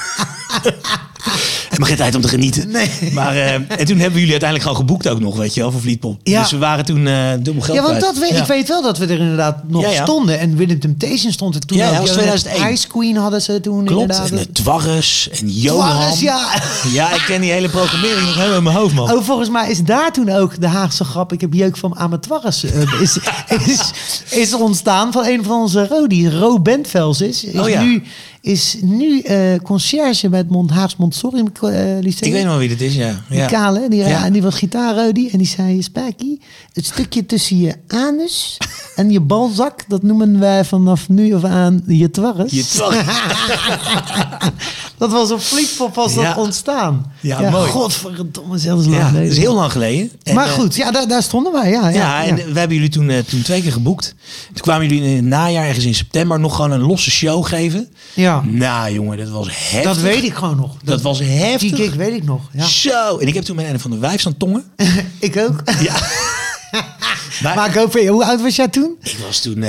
Maar geen tijd om te genieten. Nee. Maar, en toen hebben jullie uiteindelijk gewoon geboekt ook nog, weet je wel, voor Fleetpop. Ja. Dus we waren toen dubbel geld kwijt. Want ik weet wel dat we er inderdaad nog stonden. En Rhythm Temptation stond er toen. Ja, dat was 2001. Ice Queen hadden ze toen. Klopt. Inderdaad. En Twarres en Johan. Twarres, ja. Ja, ik ken die hele programmering nog helemaal in mijn hoofd, man. Oh, volgens mij is daar toen ook de Haagse grap. Ik heb jeuk van aan mijn Twarres. Is ontstaan van een van onze Rodies. Ro Bentvels is nu conciërge met Haags Montessori Lyceum. Ik weet nog wie dit is, ja. Die kale, die was gitaarrodi. En die zei, Spijkie, het stukje tussen je anus en je balzak, dat noemen wij vanaf nu af aan je Twarres. Je Twarres. Dat was op Fleetpop dat ontstaan. Ja, mooi. Godverdomme, zelfs lang geleden. Dat is heel lang geleden. En, maar goed, daar stonden wij. En we hebben jullie toen 2 keer geboekt. Toen kwamen jullie in het najaar, ergens in september, nog gewoon een losse show geven. Ja. Nou, jongen, dat was heftig. Dat weet ik gewoon nog. Dat was heftig. Die gig weet ik nog. Ja. Zo. En ik heb toen met een van de wijfs aan tongen. Ik ook. Ja. Maar ik hoop, hoe oud was jij toen? Ik was toen...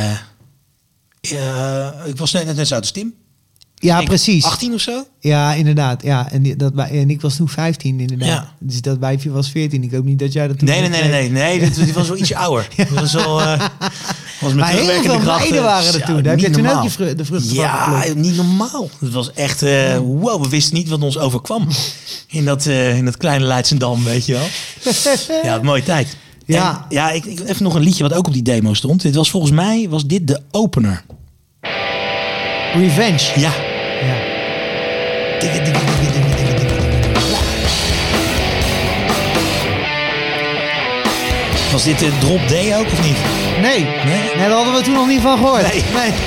ik was net zo oud als Tim. Ja, precies. 18 of zo? Ja, inderdaad. Ja. En ik was toen 15 inderdaad. Ja. Dus dat wijfje was 14. Ik hoop niet dat jij dat toen... Nee. Die was wel ietsje ouder. Ja. Dat was wel... was maar heel veel meiden waren er toen. Daar heb je toen ook de vruchten van. Ja, niet normaal. Het was echt... wow, we wisten niet wat ons overkwam. In dat kleine Leidschendam, weet je wel. Ja, een mooie tijd. Ja. En, ik even nog een liedje wat ook op die demo stond. Dit was volgens mij dit de opener. Revenge. Ja. Was dit de Drop D ook of niet? Nee, daar hadden we toen nog niet van gehoord. Nee.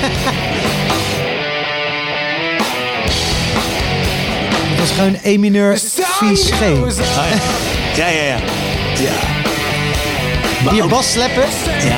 Het was gewoon E mineur vies G. Ja. Die bas sleppen. Ja.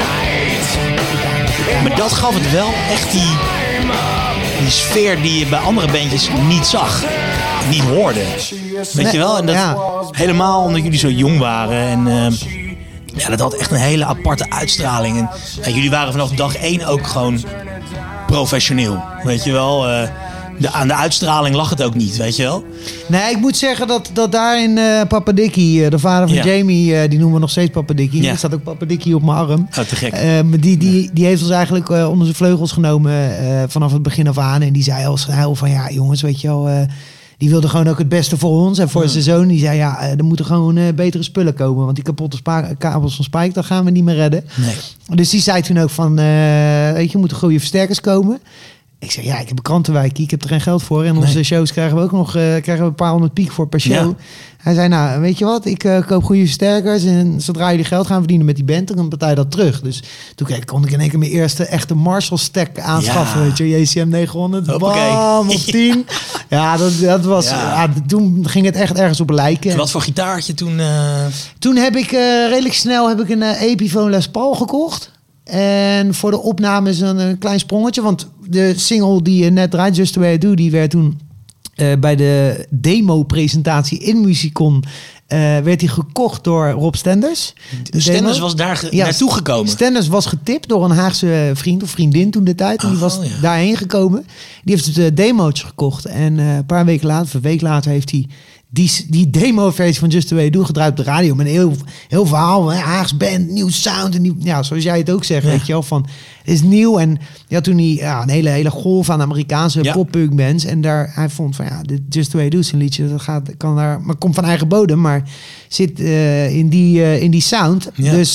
Maar dat gaf het wel echt die sfeer die je bij andere bandjes niet zag. Niet hoorde. Weet je wel? En dat helemaal omdat jullie zo jong waren. En dat had echt een hele aparte uitstraling. En jullie waren vanaf dag 1 ook gewoon professioneel. Weet je wel? Aan de uitstraling lag het ook niet, weet je wel? Nee, ik moet zeggen dat daarin Papa Dickie, de vader van Jamie, die noemen we nog steeds Papa Dickie. Er staat ook Papa Dickie op mijn arm. Oh, te gek. Die heeft ons eigenlijk onder zijn vleugels genomen vanaf het begin af aan. En die zei als gehuil van, ja jongens, weet je wel... Die wilde gewoon ook het beste voor ons en voor zijn zoon. Die zei, er moeten gewoon betere spullen komen. Want die kapotte kabels van Spike, dat gaan we niet meer redden. Nee. Dus die zei toen ook van, weet je, moeten goede versterkers komen. Ik zei, ik heb een krantenwijkie, ik heb er geen geld voor. En onze shows krijgen we ook nog een paar honderd piek voor per show. Ja. Hij zei, nou, weet je wat, ik koop goede versterkers. En zodra jullie geld gaan verdienen met die band, dan kan de partij dat terug. Dus toen kon ik in één keer mijn eerste echte Marshall-stack aanschaffen. Weet je, JCM 900, bam, op 10. Ja, dat was... Ja, toen ging het echt ergens op lijken. En wat voor gitaar had je toen? Toen heb ik redelijk snel een Epiphone Les Paul gekocht. En voor de opnames een klein sprongetje. Want de single die je net draait, Just The Way I Do, die werd toen bij de demo-presentatie in Musicon... werd hij gekocht door Rob Stenders. Stenders was daar naartoe gekomen? Stenders was getipt door een Haagse vriend of vriendin toen de tijd. En die was daarheen gekomen. Die heeft het demootje gekocht. En een paar weken later, of een week later, heeft hij die demo-versie van Just The Way You Do gedraaid op de radio met een heel verhaal. Hè? Haags band, nieuw sound. En ja, zoals jij het ook zegt, weet je wel. Van, het is nieuw. En ja, toen een hele golf aan Amerikaanse pop-punk bands. En hij vond van dit Just The Way You Do is een liedje. Maar komt van eigen bodem, maar zit in die sound. Ja. Dus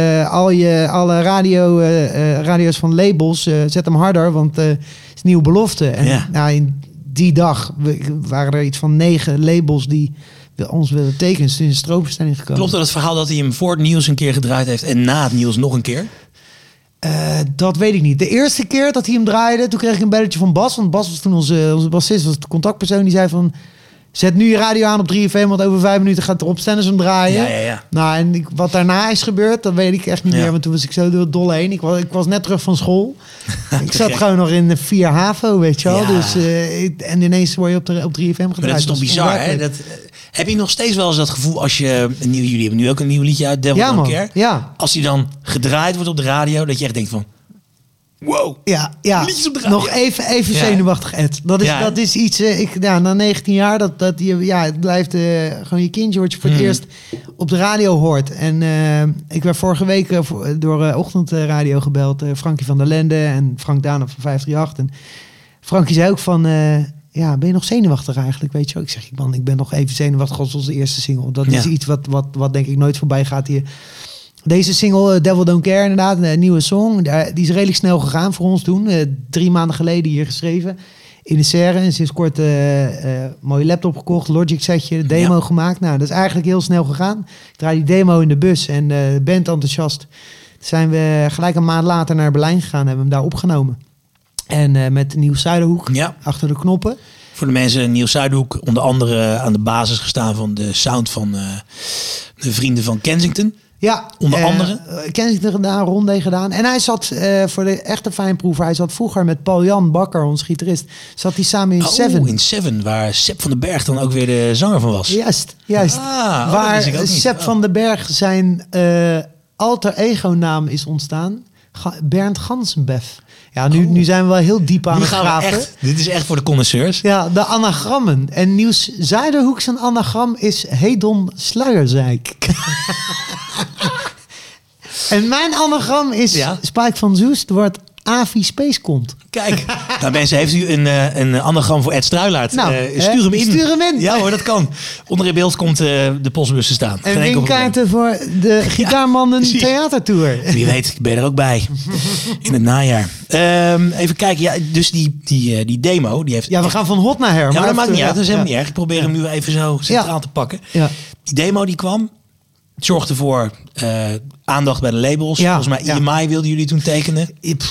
alle radio's van labels, zet hem harder, want het is nieuwe belofte. En in die dag waren er iets van 9 labels die ons willen tekenen. Dus in een stroomversnelling gekomen. Klopt dat het verhaal dat hij hem voor het nieuws een keer gedraaid heeft en na het nieuws nog een keer? Dat weet ik niet. De eerste keer dat hij hem draaide, toen kreeg ik een belletje van Bas. Want Bas was toen onze bassist, was de contactpersoon. Die zei van, zet nu je radio aan op 3FM, want over 5 minuten gaat Rob Stenders hem draaien. Ja. Nou, en wat daarna is gebeurd, dat weet ik echt niet meer. Want toen was ik zo door het dolle heen. Ik was net terug van school. Ik zat gewoon nog in de 4 HAVO, weet je wel. Ja. Dus, en ineens word je op 3FM gedraaid. Maar dat is toch bizar, hè? Heb je nog steeds wel eens dat gevoel als je... Jullie hebben nu ook een nieuw liedje uit, Devil Don't Care. Ja. Als die dan gedraaid wordt op de radio, dat je echt denkt van... Wow, ja. Liedjes op de radio. Nog even zenuwachtig, Ed. Dat is iets... na 19 jaar, het blijft gewoon je kindje wat je voor het eerst op de radio hoort. En ik werd vorige week door ochtendradio gebeld. Frankie van der Lende en Frank Daan van 538. En Frankie zei ook van... ben je nog zenuwachtig eigenlijk, weet je wel? Ik zeg, man, ik ben nog even zenuwachtig als onze eerste single. Dat is iets wat denk ik nooit voorbij gaat hier. Deze single, Devil Don't Care, inderdaad, een nieuwe song. Die is redelijk snel gegaan voor ons toen. 3 maanden geleden hier geschreven. In de serre. En sinds kort mooie laptop gekocht, Logic setje, demo gemaakt. Nou, dat is eigenlijk heel snel gegaan. Ik draai die demo in de bus en de band enthousiast. Toen zijn we gelijk een maand later naar Berlijn gegaan en hebben hem daar opgenomen. En met Niels Zuiderhoek achter de knoppen. Voor de mensen, Niels Zuiderhoek onder andere aan de basis gestaan van de sound van de vrienden van Kensington. Ja, onder andere. Kensington gedaan, Rondé gedaan. En hij zat voor de echte fijnproever. Hij zat vroeger met Paul-Jan Bakker, ons gitarist. Zat hij samen in Seven. In Seven, waar Sepp van den Berg dan ook weer de zanger van was. Juist. Waar Sepp van den Berg zijn alter ego naam is ontstaan. Bernd Gansenbeff. Ja, nu zijn we wel heel diep aan het graven. Dit is echt voor de connoisseurs. Ja, de anagrammen. En Niels Zuiderhoek zijn anagram is Hedon Sluierzijk. En mijn anagram is Spike van Zoest wordt Avi Space komt. Kijk, nou mensen, heeft u een anagram voor Ed Struilaert? Stuur hem in. Stuur hem in. Ja hoor, dat kan. Onder in beeld komt de postbus te staan. En winkaarten voor de Gitaarmannen Theatertour. Wie weet, ik ben er ook bij. In het najaar. Even kijken. Ja, dus die demo, die heeft... Ja, we gaan van hot naar her. Ja, maar dat maakt niet uit. Dat is helemaal niet erg. Ik probeer hem nu even zo centraal te pakken. Ja. Die demo die kwam. Het zorgde voor aandacht bij de labels. Volgens mij EMI wilden jullie toen tekenen.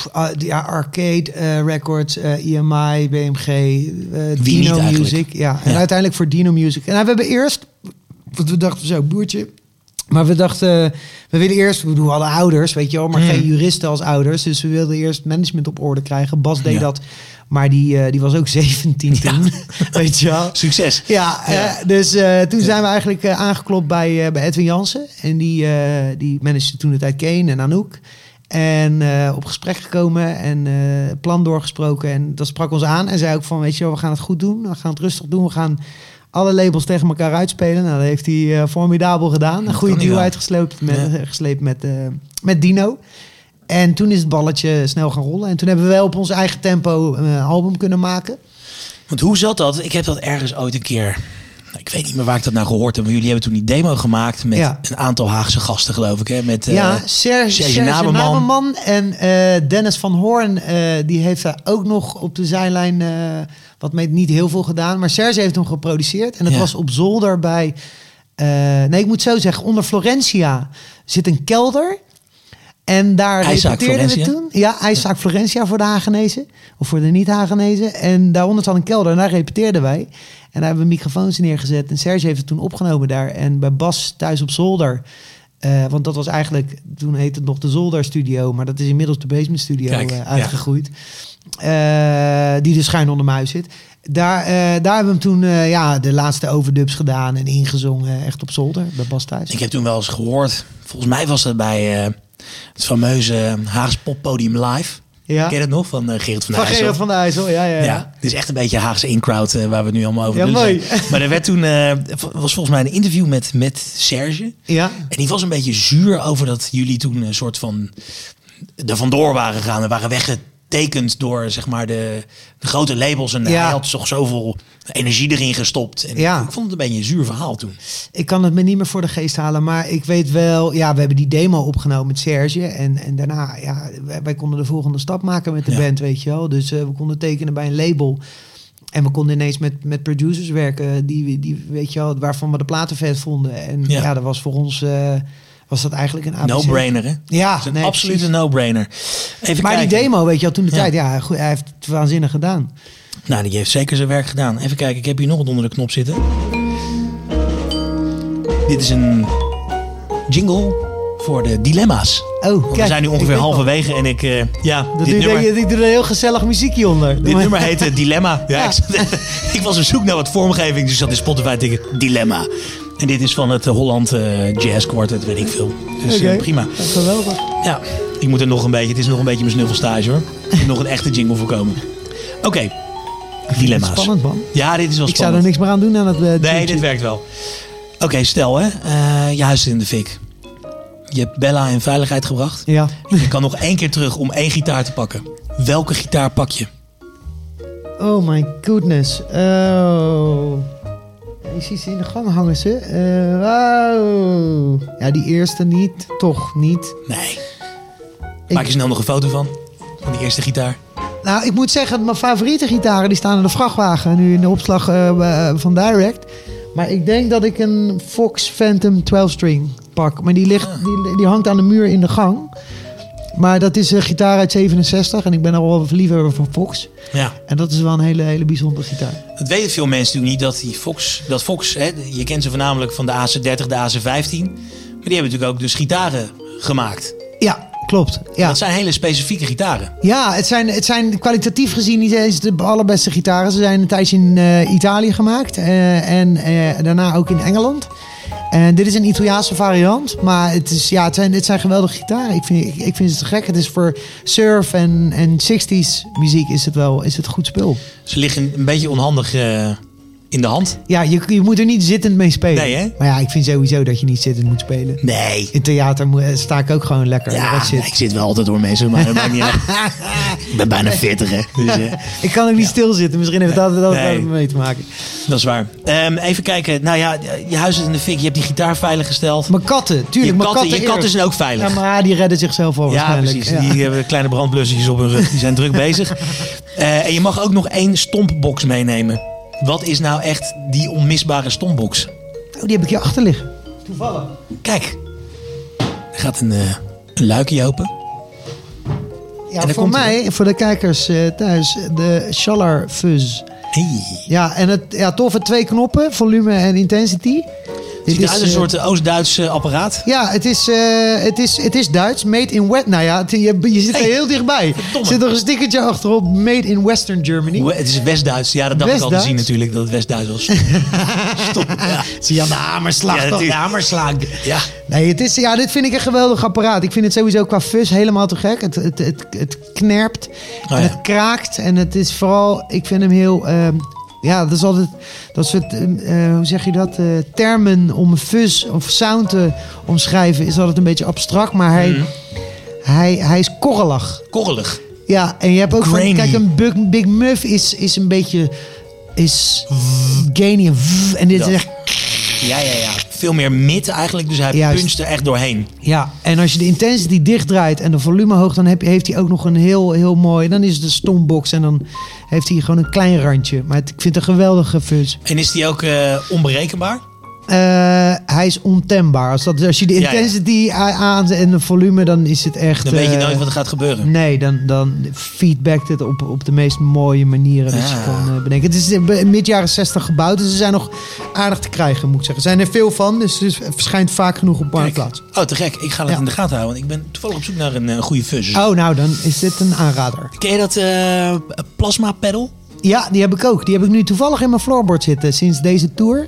Arcade Records, EMI, BMG, Dino Music. Ja, en uiteindelijk voor Dino Music. En we hebben eerst, we dachten zo, boertje. Maar we dachten, we willen eerst, we hadden ouders, weet je wel, maar geen juristen als ouders. Dus we wilden eerst management op orde krijgen. Bas deed dat. Maar die was ook 17 toen, weet je wel. Succes. Dus toen zijn we eigenlijk aangeklopt bij Edwin Jansen. En die managede toen de tijd Kane en Anouk. En op gesprek gekomen en plan doorgesproken. En dat sprak ons aan en zei ook van, weet je wel, we gaan het goed doen. We gaan het rustig doen. We gaan alle labels tegen elkaar uitspelen. Nou, dat heeft hij formidabel gedaan. Een goede duo uitgesleept met Dino. En toen is het balletje snel gaan rollen. En toen hebben we wel op ons eigen tempo een album kunnen maken. Want hoe zat dat? Ik heb dat ergens ooit een keer... Ik weet niet meer waar ik dat nou gehoord heb. Maar jullie hebben toen die demo gemaakt met een aantal Haagse gasten, geloof ik. Hè? Met Serge Naberman en Dennis van Hoorn. Die heeft daar ook nog op de zijlijn wat mee niet heel veel gedaan. Maar Serge heeft hem geproduceerd. En het was op zolder bij... ik moet zo zeggen. Onder Florentia zit een kelder... En daar repeteerden we toen. Ja, IJszaak Florentia voor de Hagenezen. Of voor de niet-Hagenezen. En daaronder zat een kelder en daar repeteerden wij. En daar hebben we microfoons neergezet. En Serge heeft het toen opgenomen daar. En bij Bas thuis op zolder. Want dat was eigenlijk, toen heette het nog de Zolder Studio. Maar dat is inmiddels de Basement Studio uitgegroeid. Die dus schuin onder muis zit. Daar hebben we hem toen de laatste overdubs gedaan en ingezongen. Echt op zolder, bij Bas thuis. Ik heb toen wel eens gehoord. Volgens mij was dat bij... het fameuze Haags Poppodium Live. Ja. Ken je dat nog? Van Gerrit van der IJssel. Gerrit van der IJssel, ja. Ja, dit is echt een beetje Haagse in-crowd waar we het nu allemaal over Ja, doen. mooi. Maar er werd toen, was volgens mij een interview met Serge. Ja. En die was een beetje zuur over dat jullie toen een soort van er vandoor waren gegaan. En waren weggetekend door zeg maar de grote labels. En hij had toch zoveel energie erin gestopt. En ik vond het een beetje een zuur verhaal toen. Ik kan het me niet meer voor de geest halen. Maar ik weet wel, we hebben die demo opgenomen met Serge. En daarna, wij konden de volgende stap maken met de band, weet je wel. Dus we konden tekenen bij een label. En we konden ineens met producers werken die weet je wel, waarvan we de platen vet vonden. En dat was voor ons was dat eigenlijk een ABC. No-brainer, hè? Ja, dat is een absolute no-brainer. Even maar kijken. die demo, weet je wel, toen de tijd, goed, hij heeft het waanzinnig gedaan. Nou, die heeft zeker zijn werk gedaan. Even kijken, ik heb hier nog wat onder de knop zitten. Dit is een jingle voor de dilemma's. Oh, kijk, we zijn nu ongeveer halverwege en ik... ik doe er heel gezellig muziekje onder. Dit nummer heet Dilemma. Ja. Ik was op zoek naar wat vormgeving, dus ik zat in Spotify te denken, Dilemma. En dit is van het Holland Jazz Quartet, weet ik veel. Dus prima. Dat is geweldig. Ja, ik moet er nog een beetje, het is nog een beetje mijn snuffelstage hoor. Er moet nog een echte jingle voorkomen. Oké. Dilemma's. Spannend, man. Ja, dit is wel spannend. Ik zou er niks meer aan doen aan het... nee, dit werkt wel. Oké, stel hè. Je huis zit in de fik. Je hebt Bella in veiligheid gebracht. Ja. Je kan nog 1 keer terug om 1 gitaar te pakken. Welke gitaar pak je? Oh my goodness. Oh. Je ziet ze in de gang hangen ze. Oh. Ja, die eerste niet. Toch niet. Nee. Maak je snel nog een foto van die eerste gitaar. Nou, ik moet zeggen, mijn favoriete gitaren die staan in de vrachtwagen. Nu in de opslag van Direct. Maar ik denk dat ik een Fox Phantom 12-string pak. Maar die hangt aan de muur in de gang. Maar dat is een gitaar uit 67. En ik ben al wel liefhebber van Fox. Ja. En dat is wel een hele bijzondere gitaar. Dat weten veel mensen natuurlijk niet. Dat Fox, hè, je kent ze voornamelijk van de AC-30, de AC-15. Maar die hebben natuurlijk ook dus gitaren gemaakt. Ja. Klopt, ja. Dat zijn hele specifieke gitaren. Ja, het zijn kwalitatief gezien niet eens de allerbeste gitaren. Ze zijn een tijdje in Italië gemaakt. En daarna ook in Engeland. En dit is een Italiaanse variant. Maar het zijn geweldige gitaren. Ik vind het te gek. Het is voor surf en 60s muziek is het goed spul. Ze liggen een beetje onhandig in de hand. Ja, je moet er niet zittend mee spelen. Nee, hè? Maar ja, ik vind sowieso dat je niet zittend moet spelen. Nee. In theater sta ik ook gewoon lekker. Ja, ik zit wel altijd door mensen, maar dat maakt niet uit. Ik ben bijna 40, hè. Dus, ik kan ook niet stilzitten. Misschien heeft dat altijd mee te maken. Dat is waar. Even kijken. Nou ja, je huis is in de fik. Je hebt die gitaar veilig gesteld. Mijn katten, tuurlijk. Je katten zijn ook veilig. Ja, maar die redden zichzelf al waarschijnlijk. Ja, precies. Die hebben kleine brandblussertjes op hun rug. Die zijn druk bezig. En je mag ook nog 1 stompbox meenemen. Wat is nou echt die onmisbare stompbox? Oh, die heb ik hier achter liggen. Toevallig. Kijk. Er gaat een luikje open. Ja, voor mij, voor de kijkers thuis, de Schaller Fuzz. Hey. Ja, en toffe 2 knoppen, volume en intensity. Het ziet eruit een soort Oost-Duits apparaat. Ja, het is Duits. Made in West. Nou ja, je zit er heel dichtbij. Er zit nog een stickertje achterop. Made in Western Germany. Het is West-Duits. Ja, dat dacht ik al te zien natuurlijk. Dat het West-Duits was. Stop. Ja. Zie je aan de hamerslag toch? De hamerslag. Ja. Nee, dit vind ik een geweldig apparaat. Ik vind het sowieso qua fuzz helemaal te gek. Het knerpt. En het kraakt. En het is vooral... Ik vind hem heel... dat is altijd dat soort, hoe zeg je dat? Termen om fuzz of sound te omschrijven is altijd een beetje abstract, maar hij is korrelig. Korrelig. Ja, en je hebt ook van, kijk, een Big Muff is een beetje gainy en dit is echt. Ja. Veel meer mid eigenlijk, dus hij puncht er echt doorheen. Ja, en als je de intensity dichtdraait en de volume hoog, dan heeft hij ook nog een heel mooi... Dan is het een stompbox en dan heeft hij gewoon een klein randje. Maar ik vind het een geweldige fuzz. En is die ook onberekenbaar? Hij is ontembaar. Als je de intensity aan en de volume, dan is het echt... Dan weet je nooit wat er gaat gebeuren. Nee, dan feedbackt het op de meest mooie manieren dat je kan bedenken. Het is mid-jaren 60 gebouwd, dus ze zijn nog aardig te krijgen, moet ik zeggen. Er zijn er veel van, dus het verschijnt vaak genoeg op Marktplaats. Oh, te gek. Ik ga het in de gaten houden. Ik ben toevallig op zoek naar een goede fuzz. Oh, nou, dan is dit een aanrader. Ken je dat plasma pedal? Ja, die heb ik ook. Die heb ik nu toevallig in mijn floorboard zitten sinds deze tour.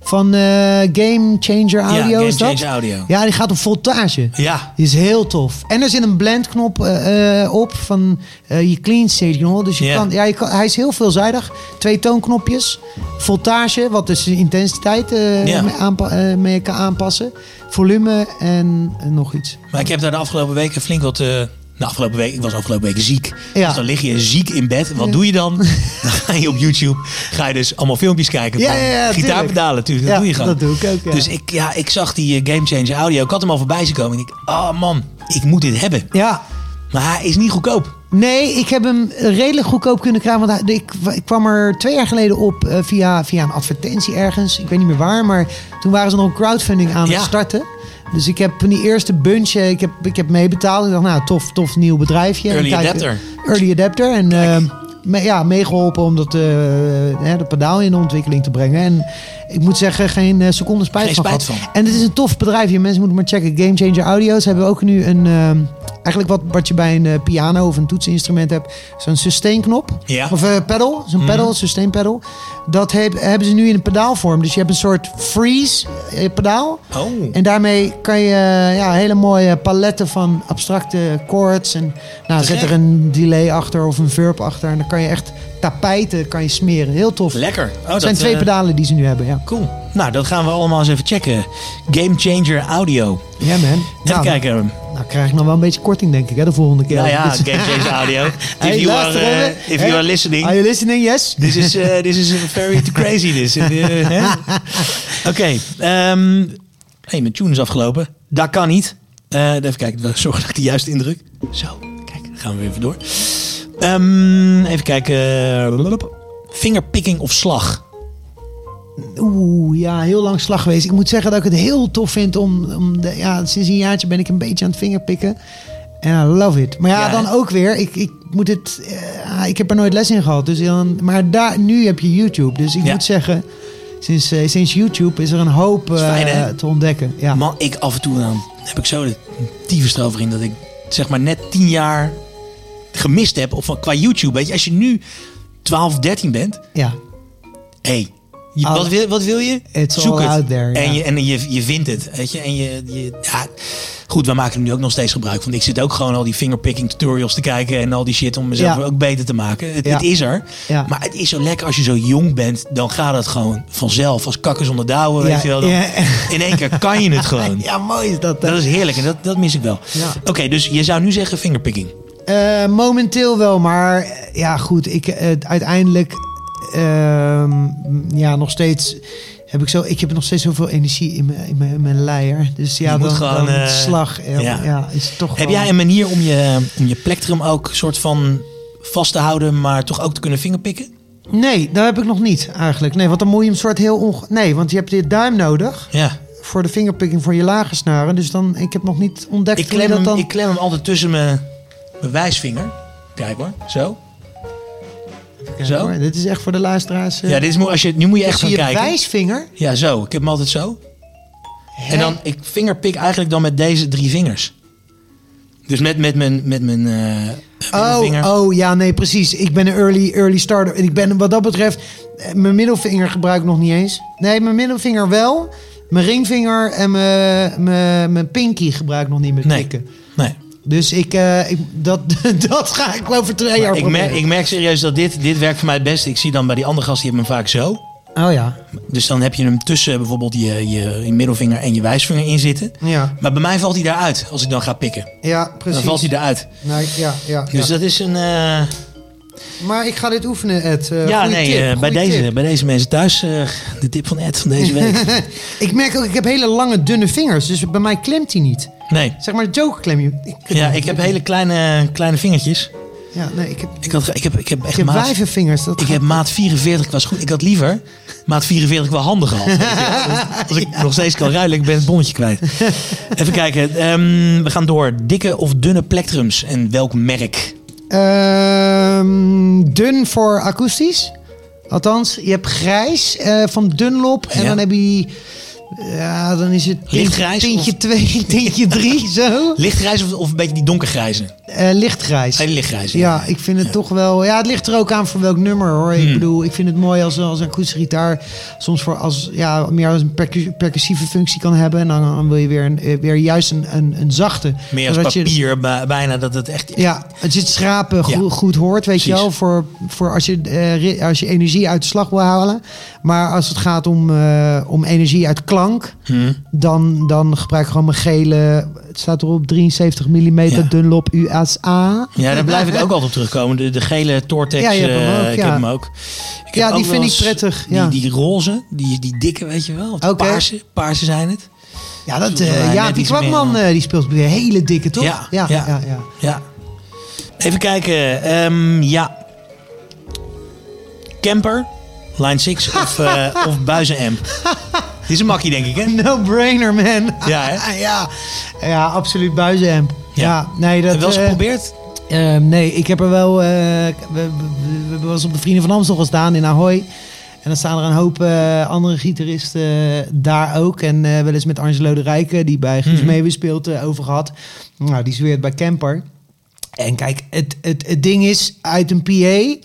Van Game Changer Audio. Ja, is dat? Game Changer Audio. Ja, die gaat op voltage. Ja. Die is heel tof. En er zit een blendknop op van je clean signal. Dus je kan, hij is heel veelzijdig. 2 toonknopjes. Voltage, wat dus de intensiteit mee kan aanpassen. Volume en nog iets. Maar ik heb daar de afgelopen weken flink wat... ik was afgelopen week ziek. Ja. Dus dan lig je ziek in bed. Wat doe je dan? Dan ga je op YouTube. Ga je dus allemaal filmpjes kijken van gitaarpedalen natuurlijk. Dat doe je gewoon. Dat doe ik ook, ja. Dus ik zag die Game Changer Audio. Ik had hem al voorbij zien komen. En ik oh man, ik moet dit hebben. Ja. Maar hij is niet goedkoop. Nee, ik heb hem redelijk goedkoop kunnen krijgen. Want ik kwam er 2 jaar geleden op via een advertentie ergens. Ik weet niet meer waar. Maar toen waren ze nog een crowdfunding aan het starten. Dus ik heb van die eerste bunch, ik heb meebetaald. Ik dacht, nou, tof nieuw bedrijfje. Early adapter. En meegeholpen om de pedaal in de ontwikkeling te brengen. En ik moet zeggen, geen seconde spijt van. En het is een tof bedrijfje. Mensen moeten maar checken. Game Changer Audio. Ze hebben ook nu een... Eigenlijk wat je bij een piano of een toetseninstrument hebt. Zo'n sustain knop. Ja. Of pedal. Zo'n pedal, sustain pedal. Dat hebben ze nu in een pedaalvorm. Dus je hebt een soort freeze pedaal. Oh. En daarmee kan je hele mooie paletten van abstracte chords. En zet er een delay achter of een verb achter. En dan kan je echt tapijten smeren. Heel tof. Lekker. Het zijn 2 pedalen die ze nu hebben. Ja. Cool. Nou, dat gaan we allemaal eens even checken. Game Changer Audio. Ja, man. Even kijken. Nou krijg ik nog wel een beetje korting, denk ik, hè, de volgende keer. Nou ja, Game Changer Audio. If you are listening. Are you listening? Yes. This is very crazy, this. Oké. Mijn tune is afgelopen. Dat kan niet. Even kijken. Zorg dat ik de juiste indruk. Zo. Kijk, dan gaan we weer even door. Even kijken. Fingerpicking of slag? Oeh, ja, heel lang slag geweest. Ik moet zeggen dat ik het heel tof vind sinds een jaartje ben ik een beetje aan het vingerpikken. En I love it. Maar dan ook weer. Ik moet het... ik heb er nooit les in gehad. Dus maar nu heb je YouTube. Dus ik moet zeggen... Sinds YouTube is er een hoop te ontdekken. Ja. Man, ik af en toe dan heb ik zo de tyfus erover in dat ik zeg maar net 10 jaar gemist heb qua YouTube. Weet je, als je nu 12, 13 bent. Ja. Hey, wat wil je? Zoek het. Out there, en je vindt het. Weet je? En goed, we maken er nu ook nog steeds gebruik van. Ik zit ook gewoon al die fingerpicking tutorials te kijken en al die shit om mezelf ook beter te maken. Het is er. Ja. Maar het is zo lekker als je zo jong bent, dan gaat het gewoon vanzelf. Als kakken zonder douwen, weet je wel. Dan in één keer kan je het gewoon. Ja, mooi is dat. Dat is heerlijk en dat mis ik wel. Ja. Oké, dus je zou nu zeggen fingerpicking. Momenteel wel, maar goed. Uiteindelijk nog steeds... Ik heb nog steeds zoveel energie in mijn leier. Dus dan slag is toch. Heb jij een manier om je plektrum ook soort van vast te houden, maar toch ook te kunnen vingerpikken? Nee, dat heb ik nog niet eigenlijk. Nee, want dan moet je hem soort heel nee, want je hebt je duim nodig. Ja. Voor de fingerpicking voor je lage snaren. Dus ik heb nog niet ontdekt. Ik klem hem altijd tussen mijn wijsvinger. Kijk hoor, zo. Zo? Hoor, dit is echt voor de luisteraars. Ja, dit is nu moet je echt gaan kijken. Je wijsvinger? Ja, zo. Ik heb hem altijd zo. Hè? En dan ik vingerpik eigenlijk dan met deze 3 vingers. Dus met mijn vinger. Oh, ja, nee, precies. Ik ben een early starter. Ik ben wat dat betreft mijn middelvinger gebruik ik nog niet eens. Nee, mijn middelvinger wel. Mijn ringvinger en mijn pinky gebruik ik nog niet met klikken. Nee. Dus dat ga ik over 2 jaar proberen. Ik merk serieus dat dit werkt voor mij het beste. Ik zie dan bij die andere gasten, die hebben hem vaak zo. Oh ja. Dus dan heb je hem tussen bijvoorbeeld je middelvinger en je wijsvinger in zitten. Ja. Maar bij mij valt hij daaruit als ik dan ga pikken. Ja, precies. Dan valt hij eruit. Nee, ja. Dus dat is een... Maar ik ga dit oefenen, Ed. Bij deze mensen thuis, de tip van Ed van deze week. Ik merk ook, ik heb hele lange, dunne vingers. Dus bij mij klemt hij niet. Nee. Zeg maar, de Joker klem je. Ik heb hele kleine vingertjes. Ja, nee, ik heb echt wijvenvingers. Ik heb maat 44 was goed. Ik had liever maat 44 wel handig gehad. Als ik nog steeds kan ruilen, ik ben het bonnetje kwijt. Even kijken. We gaan door. Dikke of dunne plektrums en welk merk? Dun voor akoestisch. Althans, je hebt grijs van Dunlop. En dan heb je Ja, dan is het Lichtgrijs tintje 2, tintje 3, zo. Lichtgrijs of een beetje die donkergrijze? Lichtgrijs. Lichtgrijs. Ja, ik vind het toch wel... Ja, het ligt er ook aan voor welk nummer, hoor. Ik bedoel, ik vind het mooi als een akoestische gitaar soms meer als een percussieve functie kan hebben. En dan wil je weer juist een zachte. Meer als papier, bijna dat het echt... Ja, het zit schrapen goed hoort, weet je wel. Voor als je energie uit de slag wil halen. Maar als het gaat om energie uit klank, dan gebruik ik gewoon mijn gele... Het staat erop 73 mm Dunlop USA. Ja, daar blijf ik ook altijd op terugkomen. De gele Tortex, ja, je hebt hem ook, ik heb hem ook. Die vind ik prettig. Ja. Die roze, die dikke, weet je wel. Of paarse zijn het. Ja, die Kwakman die speelt weer hele dikke, toch? Ja. Even kijken. Camper, Line 6 of buizenamp. Dit is een makkie, denk ik, hè? No-brainer, man. Ja, hè? Ja, absoluut buizenamp. Ja, nee, dat... Heb je wel eens geprobeerd? Nee, ik heb er wel... we hebben op de Vrienden van Amstel gestaan in Ahoy. En dan staan er een hoop andere gitaristen daar ook. En wel eens met Angelo de Rijke, die bij Guus Meeuwis speelt, over gehad. Nou, die zweert bij Camper. En kijk, het ding is, uit een PA...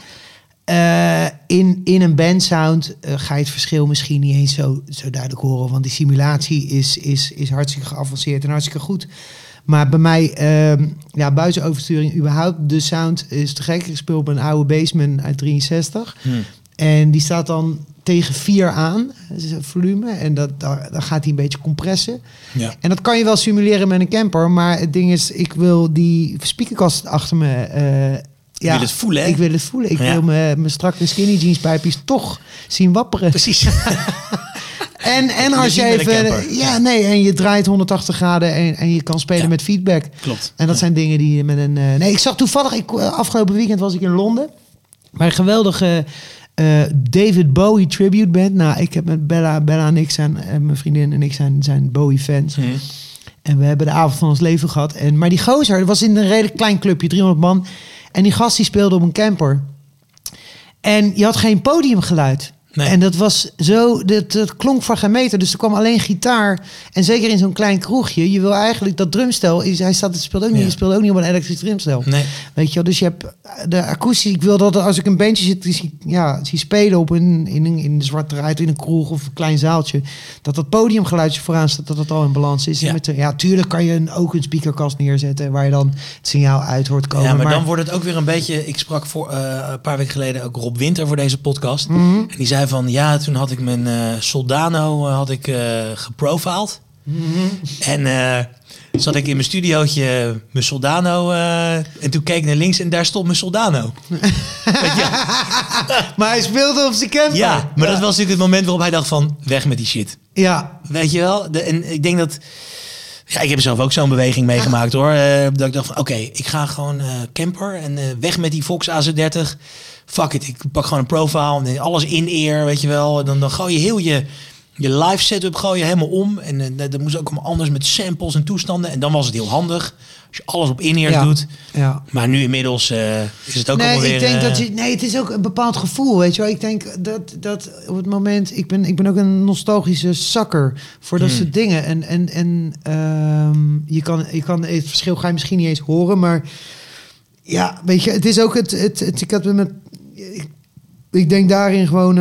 in een bandsound ga je het verschil misschien niet eens zo duidelijk horen. Want die simulatie is hartstikke geavanceerd en hartstikke goed. Maar bij mij, buizenoversturing überhaupt, de sound is te gek. Ik speel op een oude Bassman uit 63. En die staat dan tegen 4 aan, volume. En dan gaat hij een beetje compressen. Ja. En dat kan je wel simuleren met een camper. Maar het ding is, ik wil die speakerkast achter me... Je wil het voelen, hè? Ik wil het voelen. Ik wil mijn strakke skinny jeans pijpjes toch zien wapperen. Precies. en als je even... en je draait 180 graden en je kan spelen met feedback. Klopt. En dat zijn dingen die je met een... ik zag toevallig... afgelopen weekend was ik in Londen. Bij een geweldige David Bowie tribute band. Nou, ik heb met Bella en ik mijn vriendin en ik zijn Bowie fans. En we hebben de avond van ons leven gehad. Maar die gozer, dat was in een redelijk klein clubje, 300 man... En die gast die speelde op een camper. En je had geen podiumgeluid. Nee. En dat was zo, dat klonk voor geen meter. Dus er kwam alleen gitaar. En zeker in zo'n klein kroegje. Je wil eigenlijk dat drumstel. Hij speelt ook niet. Je speelt ook niet op een elektrisch drumstel. Nee. Weet je wel? Dus je hebt de akoestisch. Ik wil dat als ik een bandje zie spelen op in de zwarte ruit in een kroeg of een klein zaaltje. Dat podiumgeluidje vooraan staat, dat het al in balans is. Ja. Tuurlijk kan je ook een speakerkast neerzetten waar je dan het signaal uit hoort komen. Ja, maar dan wordt het ook weer een beetje. Ik sprak voor een paar weken geleden ook Rob Winter voor deze podcast. En die zei van toen had ik mijn Soldano geprofiled. En zat ik in mijn studiootje mijn Soldano en toen keek ik naar links en daar stond mijn Soldano. Maar hij speelde op zijn camper. Ja, maar dat was natuurlijk het moment waarop hij dacht van weg met die shit. Ja. Weet je wel? En ik denk dat... Ja, ik heb zelf ook zo'n beweging meegemaakt hoor. Dat ik dacht van oké, ik ga gewoon camper en weg met die Vox AZ30. Fuck it, ik pak gewoon een profile en alles in ear, weet je wel. Dan gooi je heel je live setup gooi je helemaal om. En dat moest ook allemaal anders met samples en toestanden. En dan was het heel handig als je alles op in-ear doet. Ja. Maar nu inmiddels is het ook allemaal weer... het is ook een bepaald gevoel, weet je wel. Ik denk dat op het moment... Ik ben ook een nostalgische zakker voor dat soort dingen. En je kan het verschil ga je misschien niet eens horen, maar... Ja, weet je, het is ook ik denk daarin gewoon...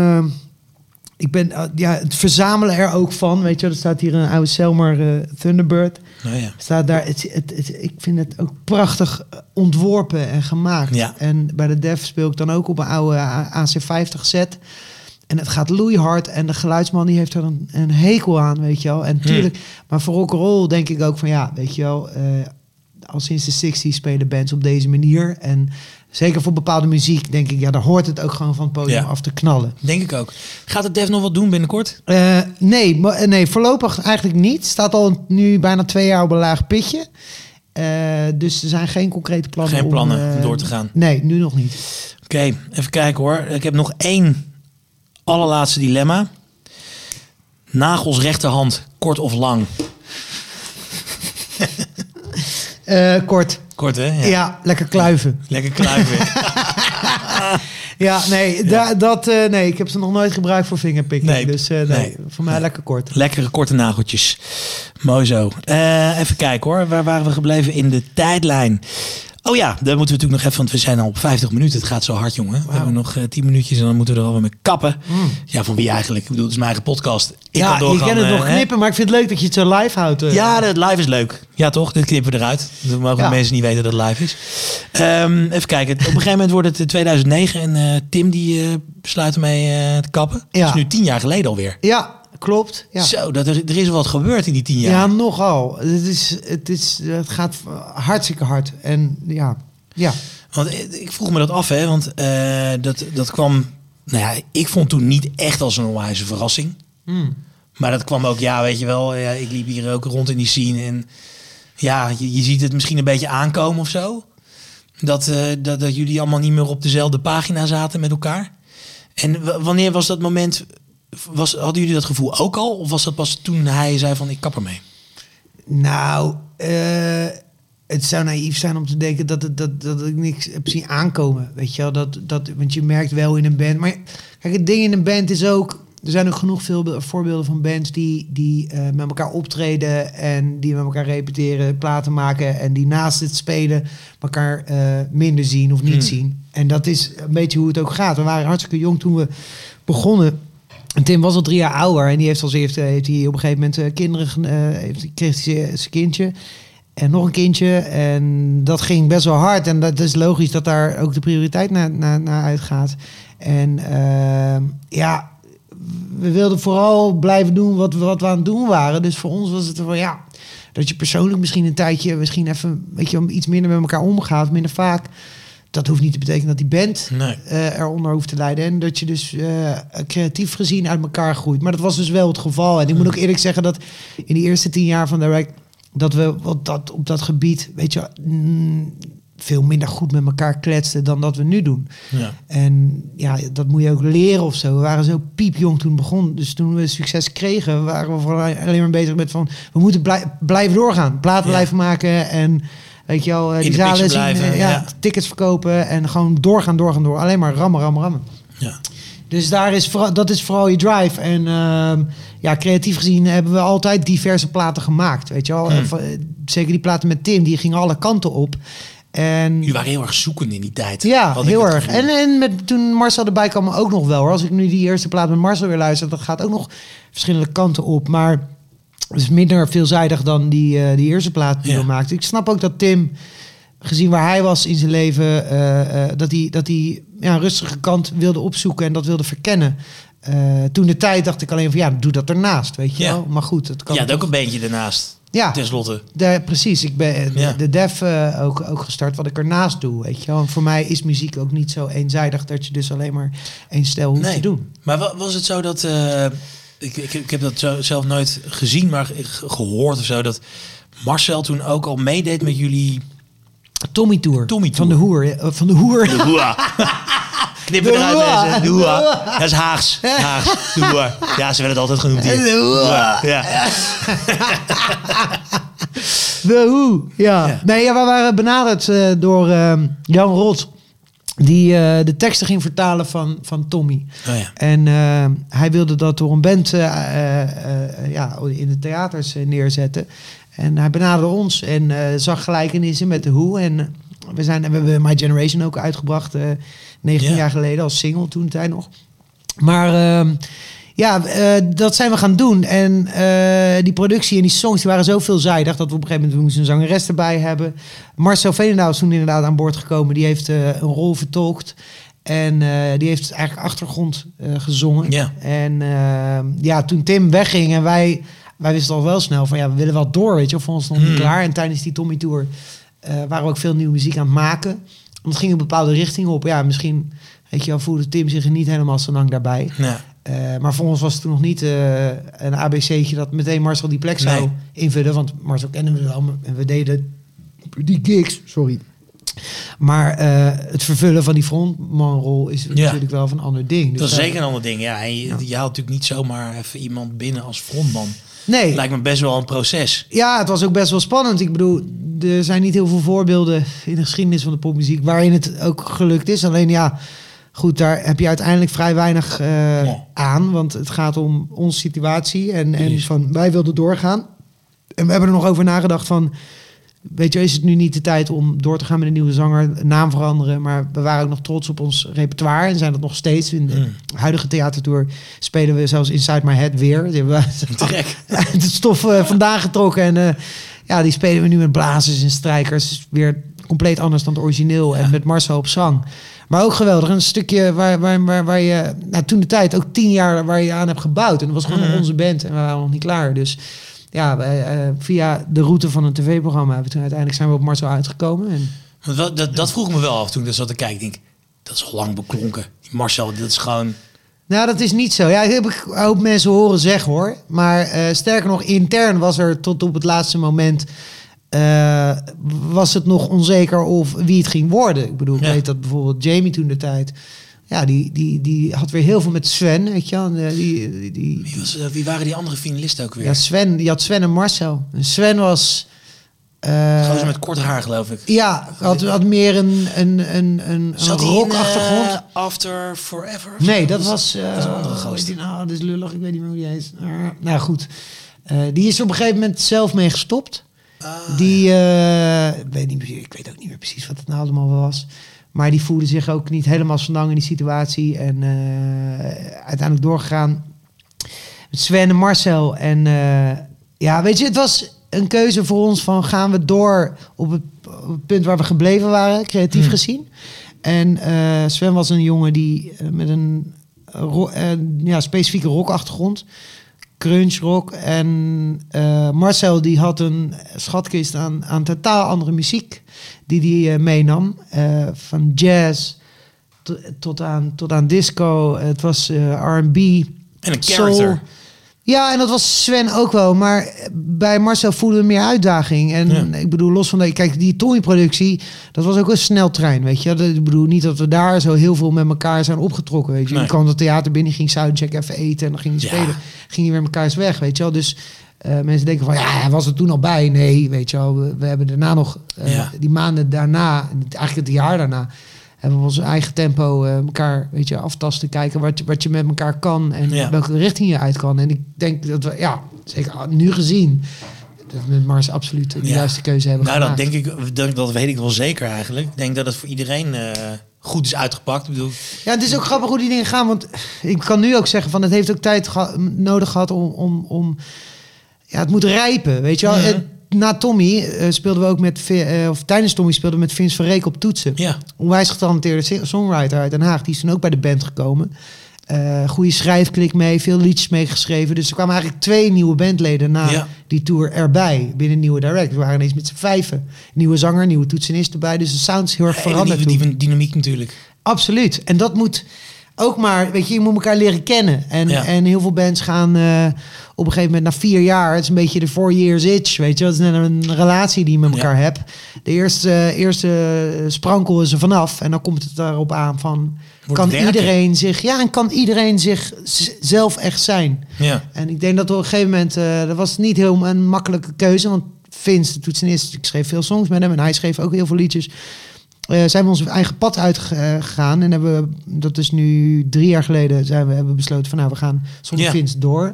het verzamelen er ook van. Weet je, er staat hier een oude Selmer Thunderbird. Oh ja. Staat daar. Ik vind het ook prachtig ontworpen en gemaakt. Ja. En bij de Def speel ik dan ook op een oude AC50 set. En het gaat loeihard. En de geluidsman die heeft er een hekel aan, weet je wel. En natuurlijk, maar voor rock'n'roll denk ik ook van ja, weet je wel... al sinds de 60's spelen bands op deze manier. En zeker voor bepaalde muziek, denk ik... ja, daar hoort het ook gewoon van het podium af te knallen. Denk ik ook. Gaat het Def nog wat doen binnenkort? Nee, voorlopig eigenlijk niet. Staat al nu bijna 2 jaar op een laag pitje. Dus er zijn geen concrete plannen. Geen plannen om door te gaan? Nee, nu nog niet. Oké, even kijken hoor. Ik heb nog 1 allerlaatste dilemma. Nagels rechterhand, kort of lang? Kort. Kort, hè? Ja, lekker kluiven. Lekker kluiven. Ja, nee, nee, ik heb ze nog nooit gebruikt voor fingerpicking. Nee, dus voor mij lekker kort. Lekkere korte nageltjes. Mooi zo. Even kijken hoor. Waar waren we gebleven in de tijdlijn? Oh ja, daar moeten we natuurlijk nog even, want we zijn al op 50 minuten. Het gaat zo hard, jongen. We hebben nog 10 minuutjes en dan moeten we er alweer mee kappen. Ja, van wie eigenlijk? Ik bedoel, het is mijn eigen podcast. Ik kan doorgaan, je kan het nog knippen, maar ik vind het leuk dat je het zo live houdt. Ja, het live is leuk. Ja, toch? Dit knippen we eruit. Dan mogen mensen niet weten dat het live is. Even kijken. Op een gegeven moment wordt het 2009 en Tim die besluit ermee te kappen. Ja. Dat is nu 10 jaar geleden alweer. Ja, klopt. Ja. Zo, er is wat gebeurd in die 10 jaar. Ja, nogal. Het gaat hartstikke hard. En ja. Want ik vroeg me dat af, hè. Want dat kwam... Nou ja, ik vond toen niet echt als een onwijze verrassing. Maar dat kwam ook, ja, weet je wel. Ja, ik liep hier ook rond in die scene. En ja, je ziet het misschien een beetje aankomen of zo. Dat jullie allemaal niet meer op dezelfde pagina zaten met elkaar. En wanneer was dat moment... Hadden jullie dat gevoel ook al? Of was dat pas toen hij zei van ik kap ermee? Nou, het zou naïef zijn om te denken dat ik niks heb zien aankomen. Weet je wel? Want je merkt wel in een band. Maar kijk, het ding in een band is ook... Er zijn ook genoeg voorbeelden van bands die met elkaar optreden... en die met elkaar repeteren, platen maken... en die naast het spelen elkaar minder zien of niet zien. En dat is een beetje hoe het ook gaat. We waren hartstikke jong toen we begonnen... En Tim was al 3 jaar ouder en die heeft op een gegeven moment kinderen, kreeg hij zijn kindje en nog een kindje. En dat ging best wel hard en dat is logisch dat daar ook de prioriteit naar uitgaat. En we wilden vooral blijven doen wat we aan het doen waren. Dus voor ons was het van dat je persoonlijk misschien een tijdje, misschien even, iets minder met elkaar omgaat, minder vaak. Dat hoeft niet te betekenen dat die band eronder hoeft te lijden. En dat je dus creatief gezien uit elkaar groeit. Maar dat was dus wel het geval. En ik moet ook eerlijk zeggen dat in die eerste 10 jaar van Direct... dat we op dat gebied, weet je, veel minder goed met elkaar kletsten dan dat we nu doen. Ja. En ja, dat moet je ook leren of zo. We waren zo piepjong toen begon. Dus toen we succes kregen, waren we vooral alleen maar bezig met van... we moeten blijven doorgaan. Platen blijven maken en... Weet je wel, die zalen zien, blijven, tickets verkopen en gewoon doorgaan. Alleen maar rammen. Ja. Dus dat is vooral je drive. En creatief gezien hebben we altijd diverse platen gemaakt. Weet je wel, zeker die platen met Tim, die gingen alle kanten op. En jullie waren heel erg zoekend in die tijd. Ja, heel erg. En toen Marcel erbij kwam ook nog wel hoor. Als ik nu die eerste plaat met Marcel weer luister, dat gaat ook nog verschillende kanten op. Maar het is minder veelzijdig dan die eerste plaat die we maakten. Ik snap ook dat Tim, gezien waar hij was in zijn leven, dat hij een rustige kant wilde opzoeken en dat wilde verkennen. Toen de tijd dacht ik alleen van doe dat ernaast, weet je wel. Maar goed, het kan. Ja, ook een beentje ernaast. Ja, ten slotte. Precies. Ik ben de Def ook gestart, wat ik ernaast doe, weet je wel. En voor mij is muziek ook niet zo eenzijdig dat je dus alleen maar één stijl hoeft te doen. Maar was het zo dat... Ik heb dat zelf nooit gezien, maar gehoord of zo, dat Marcel toen ook al meedeed met jullie... Tommy Tour. Van de Hoer. Van de Hoer. De Hoer. Knippen eruit mensen. De Hoer. Dat is Haags. De Hoer. Ja, ze werden het altijd genoemd hier. De Hoer. Ja. De Hoe. Ja. Nee, we waren benaderd door Jan Rot. Die de teksten ging vertalen van Tommy. Oh ja. En hij wilde dat door een band in de theaters neerzetten. En hij benaderde ons en zag gelijkenissen met The Who. En we hebben My Generation ook uitgebracht 19 jaar geleden als single toen tijd nog. Maar dat zijn we gaan doen. En die productie en die songs die waren zo veelzijdig dat we op een gegeven moment moesten een zangeres erbij hebben. Marcel Veenendaal is toen inderdaad aan boord gekomen. Die heeft een rol vertolkt. En die heeft eigenlijk achtergrond gezongen. Ja. En toen Tim wegging en wij wisten al wel snel van we willen wel door, weet je, of voor ons nog niet klaar. En tijdens die Tommy Tour waren we ook veel nieuwe muziek aan het maken. Want het ging een bepaalde richting op. Ja, misschien, weet je wel, voelde Tim zich er niet helemaal zo lang daarbij. Ja. Maar voor ons was het toen nog niet een ABC'tje dat meteen Marcel die plek zou invullen. Want Marcel kennen we wel en we deden die gigs. Sorry. Maar het vervullen van die frontmanrol is natuurlijk wel van een ander ding. Dus dat is zeker een ander ding, ja. En je haalt natuurlijk niet zomaar even iemand binnen als frontman. Nee. Lijkt me best wel een proces. Ja, het was ook best wel spannend. Ik bedoel, er zijn niet heel veel voorbeelden in de geschiedenis van de popmuziek waarin het ook gelukt is. Alleen goed, daar heb je uiteindelijk vrij weinig aan. Want het gaat om onze situatie. En van, wij wilden doorgaan. En we hebben er nog over nagedacht van... Weet je, is het nu niet de tijd om door te gaan met een nieuwe zanger, naam veranderen, maar we waren ook nog trots op ons repertoire en zijn dat nog steeds. In de huidige theatertour spelen we zelfs Inside My Head weer. Die hebben we het stof vandaan getrokken en die spelen we nu met blazers en strijkers. Weer compleet anders dan het origineel en met Marcel op zang. Maar ook geweldig, een stukje waar je toen de tijd ook 10 jaar waar je aan hebt gebouwd. En dat was gewoon nog onze band en we waren nog niet klaar. Dus ja, via de route van een tv-programma hebben we toen uiteindelijk zijn we op Marcel uitgekomen. En dat vroeg me wel af toen ik zat te kijken. Ik denk, dat is al lang beklonken. Die Marcel, dat is gewoon... Nou, dat is niet zo. Ja, ik heb een hoop mensen horen zeggen hoor. Maar sterker nog, intern was er tot op het laatste moment... was het nog onzeker of wie het ging worden. Ik bedoel, ik weet dat bijvoorbeeld Jamie toen de tijd... Ja, die had weer heel veel met Sven, weet je wel. Wie waren die andere finalisten ook weer? Ja, Sven. Die had Sven en Marcel. En Sven was... Gozer met kort haar, geloof ik. Ja, had meer een rock-achtergrond. After Forever? Nee, dat was... dat is een andere gast. Dat is lullig, ik weet niet meer hoe die heet. Nou goed. Die is er op een gegeven moment zelf mee gestopt. Ik weet ook niet meer precies wat het nou allemaal was. Maar die voelde zich ook niet helemaal zolang in die situatie. En uiteindelijk doorgegaan met Sven en Marcel. En weet je, het was een keuze voor ons van... gaan we door op het punt waar we gebleven waren, creatief gezien. En Sven was een jongen die met een specifieke rockachtergrond... crunch rock. En Marcel die had een schatkist aan totaal andere muziek die hij meenam. Van jazz tot aan disco. Het was R&B. En een character. Ja, en dat was Sven ook wel. Maar bij Marcel voelden we meer uitdaging. En ik bedoel, los van dat... Kijk, die Tommy-productie, dat was ook een sneltrein, weet je. Ik bedoel, niet dat we daar zo heel veel met elkaar zijn opgetrokken, weet je. Je kwam het theater binnen, ging soundcheck even eten... en dan ging je spelen, ging je weer mekaars weg, weet je wel. Dus mensen denken van, was er toen al bij? Nee, weet je wel. We hebben daarna nog, die maanden daarna... eigenlijk het jaar daarna... hebben we onze eigen tempo elkaar, weet je, aftasten, kijken wat je met elkaar kan en welke richting je uit kan. En ik denk dat we, zeker nu gezien, dat we met Mars absoluut de juiste keuze hebben gemaakt. Dat weet ik wel zeker eigenlijk. Ik denk dat het voor iedereen goed is uitgepakt. Ik bedoel... Ja, het is ook grappig hoe die dingen gaan, want ik kan nu ook zeggen van het heeft ook tijd nodig gehad om het moet rijpen, weet je wel. Na Tommy speelden we ook tijdens Tommy speelden we met Vince van Reek op toetsen. Ja. Onwijs getalenteerde songwriter uit Den Haag. Die is toen ook bij de band gekomen. Goede schrijfklik mee, veel liedjes meegeschreven. Dus er kwamen eigenlijk 2 nieuwe bandleden na die tour erbij. Binnen Nieuwe Direct. We waren ineens met z'n 5. Nieuwe zanger, nieuwe toetsenist erbij. Dus de sound is heel erg veranderd. Die dynamiek natuurlijk. Absoluut. En dat moet ook maar, weet je moet elkaar leren kennen. En heel veel bands gaan op een gegeven moment na 4 jaar... het is een beetje de 4 years itch, weet je. Dat is net een relatie die je met elkaar hebt. De eerste sprankel is er vanaf. En dan komt het daarop aan van... kan iedereen zichzelf echt zijn? Ja. En ik denk dat op een gegeven moment... dat was niet heel een makkelijke keuze. Want Vince, de toetsenist, ik schreef veel songs met hem... en hij schreef ook heel veel liedjes... zijn we ons eigen pad uitgegaan en hebben we, dat is nu 3 jaar geleden, hebben we besloten van we gaan zonder Vince door.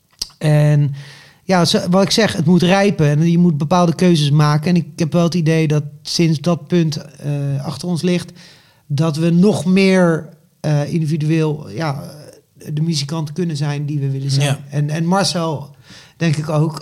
En wat ik zeg, het moet rijpen en je moet bepaalde keuzes maken. En ik heb wel het idee dat sinds dat punt achter ons ligt, dat we nog meer individueel de muzikanten kunnen zijn die we willen zijn. Ja. En Marcel, denk ik ook.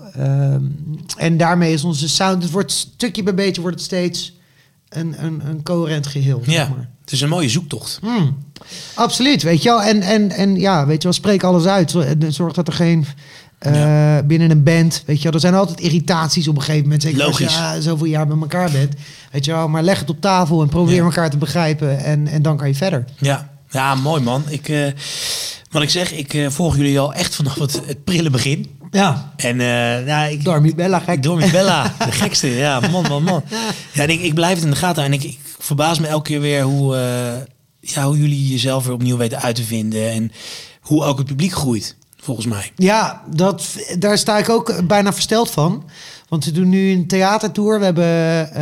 En daarmee is onze sound, het wordt stukje bij beetje wordt het steeds een coherent geheel. Ja, zeg maar. Het is een mooie zoektocht. Absoluut, weet je wel. En weet je wel, spreek alles uit. Zorg dat er geen binnen een band, weet je wel. Er zijn altijd irritaties op een gegeven moment. Zeker logisch. Als je zoveel jaar met elkaar bent. Weet je wel, maar leg het op tafel en probeer elkaar te begrijpen. En dan kan je verder. Ja, mooi man. Ik volg jullie al echt vanaf het prille begin. Ja. En Dormi Bella, gek. Dormi Bella, de gekste. Ja, man. Ja, ik blijf het in de gaten. En ik verbaas me elke keer weer hoe jullie jezelf weer opnieuw weten uit te vinden. En hoe ook het publiek groeit. volgens mij. Ja, daar sta ik ook bijna versteld van. Want we doen nu een theatertour. We hebben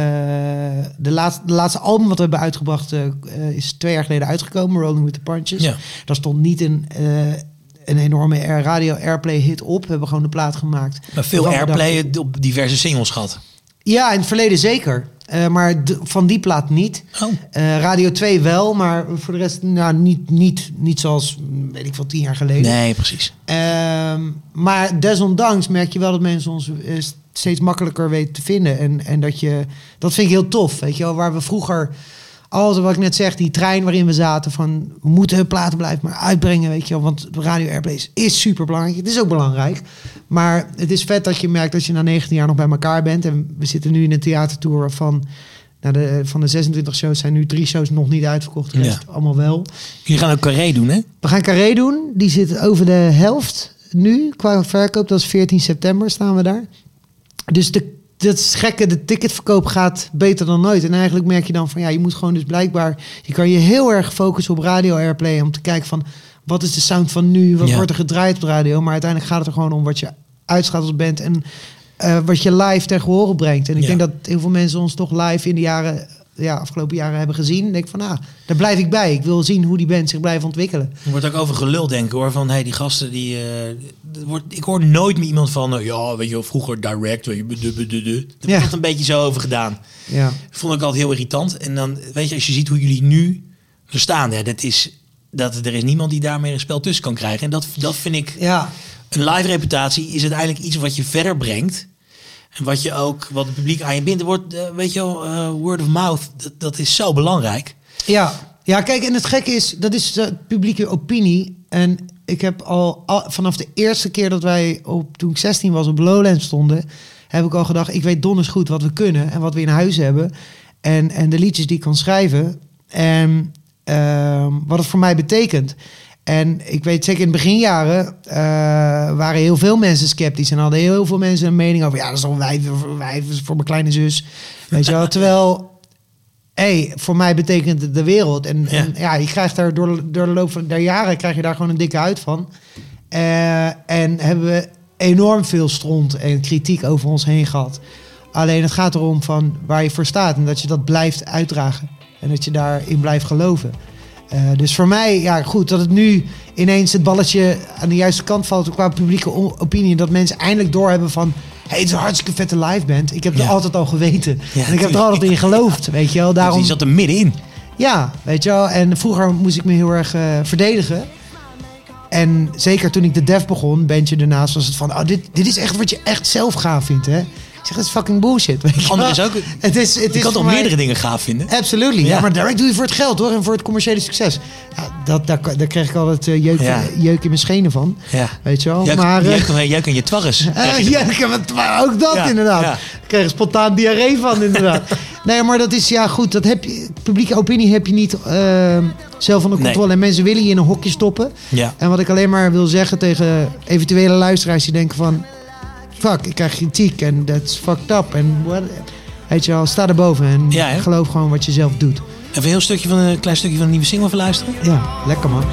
de laatste album wat we hebben uitgebracht... is 2 jaar geleden uitgekomen, Rolling with the Punches. Ja. Daar stond niet een enorme radio airplay hit op. We hebben gewoon de plaat gemaakt. Maar veel airplay op diverse singles gehad. Ja, in het verleden zeker. Maar van die plaat niet. Oh. Radio 2 wel, maar voor de rest niet zoals, weet ik veel, 10 jaar geleden. Nee, precies. Maar desondanks merk je wel dat mensen ons steeds makkelijker weten te vinden. En dat vind ik heel tof, weet je wel. Waar we vroeger, altijd wat ik net zeg, die trein waarin we zaten van... we moeten platen blijven maar uitbrengen, weet je wel. Want Radio Airplay is super belangrijk. Het is ook belangrijk. Maar het is vet dat je merkt dat je na 19 jaar nog bij elkaar bent. En we zitten nu in een theatertour van de 26 shows zijn nu 3 shows nog niet uitverkocht. De rest allemaal wel. Jullie gaan ook Carré doen, hè? We gaan Carré doen. Die zit over de helft nu qua verkoop. Dat is 14 september staan we daar. Dus dat is gekke, de ticketverkoop gaat beter dan nooit. En eigenlijk merk je dan van, ja, je moet gewoon dus blijkbaar... je kan je heel erg focussen op radio airplay... om te kijken van, wat is de sound van nu? Wat wordt er gedraaid op de radio? Maar uiteindelijk gaat het er gewoon om wat je uitschaalt als band... en wat je live tegen horen brengt. En ik denk dat heel veel mensen ons toch live in de afgelopen jaren hebben gezien. En denk van, daar blijf ik bij. Ik wil zien hoe die band zich blijft ontwikkelen. Er wordt ook over gelul, denk ik, hoor. Van, die gasten, ik hoor nooit meer iemand van... weet je wel, vroeger direct, weet je... Daar wordt een beetje zo over gedaan. Ja. Dat vond ik altijd heel irritant. En dan, weet je, als je ziet hoe jullie nu er staan... er is niemand die daarmee een spel tussen kan krijgen. En dat vind ik... Ja. Een live reputatie is uiteindelijk iets wat je verder brengt... En wat het publiek aan je bindt, wordt, weet je wel, word of mouth, dat is zo belangrijk. Ja, kijk, en het gekke is, dat is de publieke opinie. En ik heb al vanaf de eerste keer dat wij, toen ik 16 was, op Lowlands stonden, heb ik al gedacht, ik weet donders goed wat we kunnen en wat we in huis hebben. En de liedjes die ik kan schrijven. En wat het voor mij betekent. En ik weet zeker in de beginjaren waren heel veel mensen sceptisch. En hadden heel veel mensen een mening over... ja, dat is toch wij voor mijn kleine zus. Weet je wel? Terwijl, voor mij betekent het de wereld. En je krijgt daar door de loop van de jaren... krijg je daar gewoon een dikke huid van. En hebben we enorm veel stront en kritiek over ons heen gehad. Alleen het gaat erom van waar je voor staat. En dat je dat blijft uitdragen. En dat je daarin blijft geloven. Dus voor mij, goed, dat het nu ineens het balletje aan de juiste kant valt qua publieke opinie. Dat mensen eindelijk doorhebben van, het is een hartstikke vette live band. Ik heb het altijd al geweten. Ja, en ik heb er altijd in geloofd, weet je wel. Daarom... Dus je zat er middenin. Ja, weet je wel. En vroeger moest ik me heel erg verdedigen. En zeker toen ik de Def begon, bandje ernaast, was het van, dit is echt wat je echt zelf gaaf vindt, hè. Ik zeg, dat is fucking bullshit. Weet je Ander is ook... Je kan toch meerdere dingen gaaf vinden? Absolutely. Ja, maar direct doe je voor het geld, hoor. En voor het commerciële succes. Ja, daar kreeg ik altijd jeuk in mijn schenen van. Ja. Weet je wel. Jeuk in je twarres. Ook dat inderdaad. Ja. Ik kreeg er spontaan diarree van, inderdaad. Nee, maar dat is, goed. Dat heb je, publieke opinie heb je niet zelf onder controle. Nee. En mensen willen je in een hokje stoppen. Ja. En wat ik alleen maar wil zeggen tegen eventuele luisteraars die denken van... fuck, ik krijg kritiek en that's fucked up. En weet je wel, sta erboven en geloof gewoon wat je zelf doet. Even een klein stukje van de nieuwe single verluisteren? Ja, lekker man.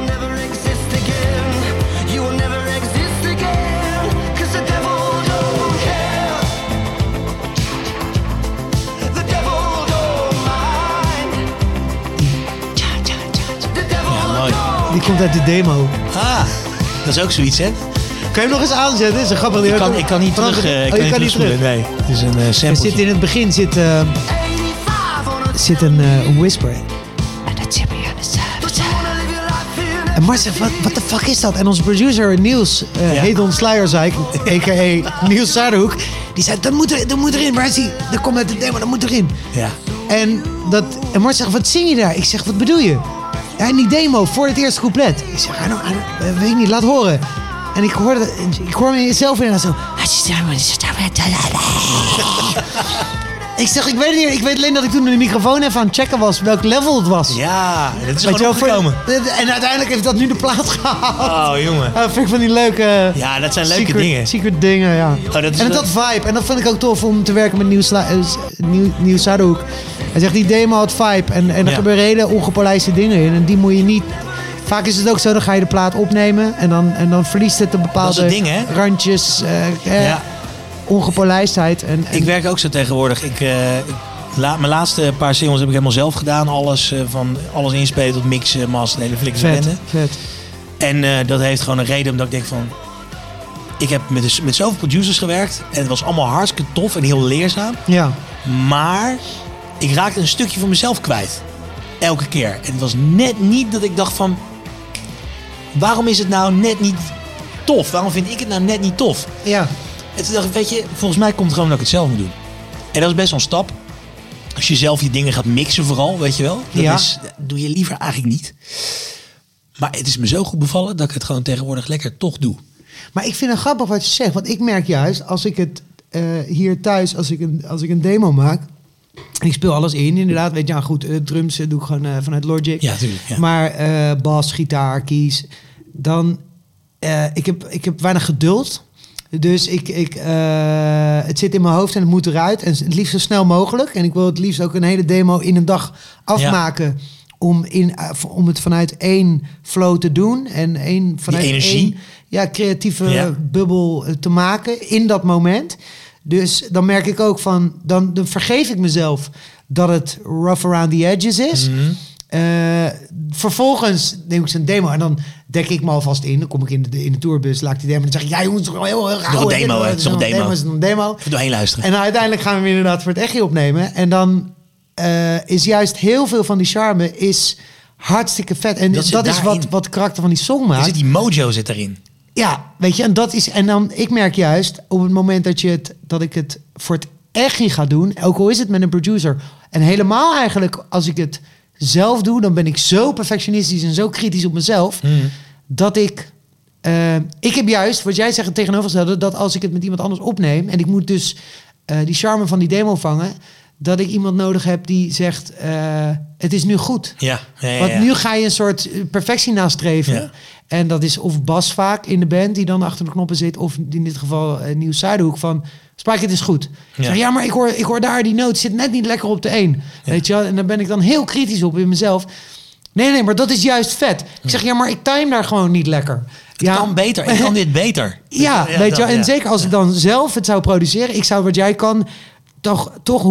Ja, mooi. Die komt uit de demo. Dat is ook zoiets, hè? Kan je hem nog eens aanzetten? Dat is een grappig. Ik kan niet terug. Ik kan niet terug. Nee, het is een sample. In het begin zit een whisper. En Mart zegt, wat de fuck is dat? En onze producer Niels, Hedon Sluierzeik, a.k.a. Niels Zuiderhoek, die zei, dat moet erin. Waar is die? Dat komt uit de demo, dat moet erin. Ja. En Mart zegt, wat zing je daar? Ik zeg, wat bedoel je? Ja, in die demo, voor het eerste couplet. Ik zeg, weet ik niet, laat horen. En ik hoor mezelf in en zo. Ik zeg, ik weet het niet. Ik weet alleen dat ik toen de microfoon even aan het checken was welk level het was. Ja, dat is gewoon opgekomen. En uiteindelijk heeft dat nu de plaat gehaald. Oh, jongen. Dat vind ik van die leuke... Ja, dat zijn leuke dingen. Secret dingen, ja. Dat vibe. En dat vind ik ook tof om te werken met Niels Zuiderhoek. Hij zegt, die demo had vibe. En er gebeuren hele ongepolijste dingen in. En die moet je niet vaak is het ook zo, dan ga je de plaat opnemen en dan verliest het een bepaalde ding, hè? randjes, ongepolijstheid. En Ik werk ook zo tegenwoordig. Mijn laatste paar singles heb ik helemaal zelf gedaan. Van alles inspelen tot mixen, masteren, hele flikse bende. Vet. En dat heeft gewoon een reden omdat ik denk van... Ik heb met zoveel producers gewerkt. En het was allemaal hartstikke tof en heel leerzaam. Ja. Maar ik raakte een stukje van mezelf kwijt. Elke keer. En het was net niet dat ik dacht van... Waarom is het nou net niet tof? Waarom vind ik het nou net niet tof? Ja. En toen dacht ik, weet je, volgens mij komt het gewoon dat ik het zelf moet doen. En dat is best wel een stap. Als je zelf je dingen gaat mixen vooral, weet je wel. Dat doe je liever eigenlijk niet. Maar het is me zo goed bevallen dat ik het gewoon tegenwoordig lekker toch doe. Maar ik vind het grappig wat je zegt. Want ik merk juist, als ik het hier thuis, als ik een demo maak... En ik speel alles in, inderdaad. Weet je, nou goed, drums doe ik gewoon vanuit Logic. Ja, tuurlijk. Ja. Maar bas, gitaar, keys. Dan, ik heb weinig geduld. Dus het zit in mijn hoofd en het moet eruit. En het liefst zo snel mogelijk. En ik wil het liefst ook een hele demo in een dag afmaken. Ja. Om het vanuit één flow te doen. En vanuit die energie. Creatieve bubbel te maken in dat moment. Dus dan merk ik ook van... Dan vergeef ik mezelf dat het rough around the edges is. Mm-hmm. Vervolgens neem ik zo'n demo en dan dek ik me alvast in. Dan kom ik in de tourbus, laat ik die demo en dan zeg ik... Ja jongens, het is heel erg nog een demo, het is nog een demo. Even doorheen luisteren. En dan uiteindelijk gaan we hem inderdaad voor het echtje opnemen. En dan is juist heel veel van die charme is hartstikke vet. En dat is wat het karakter van die song maakt. Die mojo zit erin. Ja, weet je, en dat is... En dan, ik merk juist, op het moment dat ik het voor het echt ga doen... ook al is het met een producer... en helemaal eigenlijk, als ik het zelf doe... dan ben ik zo perfectionistisch en zo kritisch op mezelf... dat ik heb juist, wat jij zegt, het tegenovergestelde... dat als ik het met iemand anders opneem... en ik moet dus die charme van die demo vangen... dat ik iemand nodig heb die zegt... het is nu goed. Ja. Want nu ga je een soort perfectie nastreven... Ja. En dat is of Bas vaak in de band die dan achter de knoppen zit... of in dit geval Nieuw Zuidenhoek van... Spike, het is goed. Ja. Zeg, maar ik hoor daar die noot zit net niet lekker op de 1. Ja. Weet je wel? En dan ben ik dan heel kritisch op in mezelf. Nee, maar dat is juist vet. Ik zeg, maar ik time daar gewoon niet lekker. Het kan beter, ik kan dit beter. Ja, weet je wel? En zeker als ik dan zelf het zou produceren... ik zou wat jij kan... toch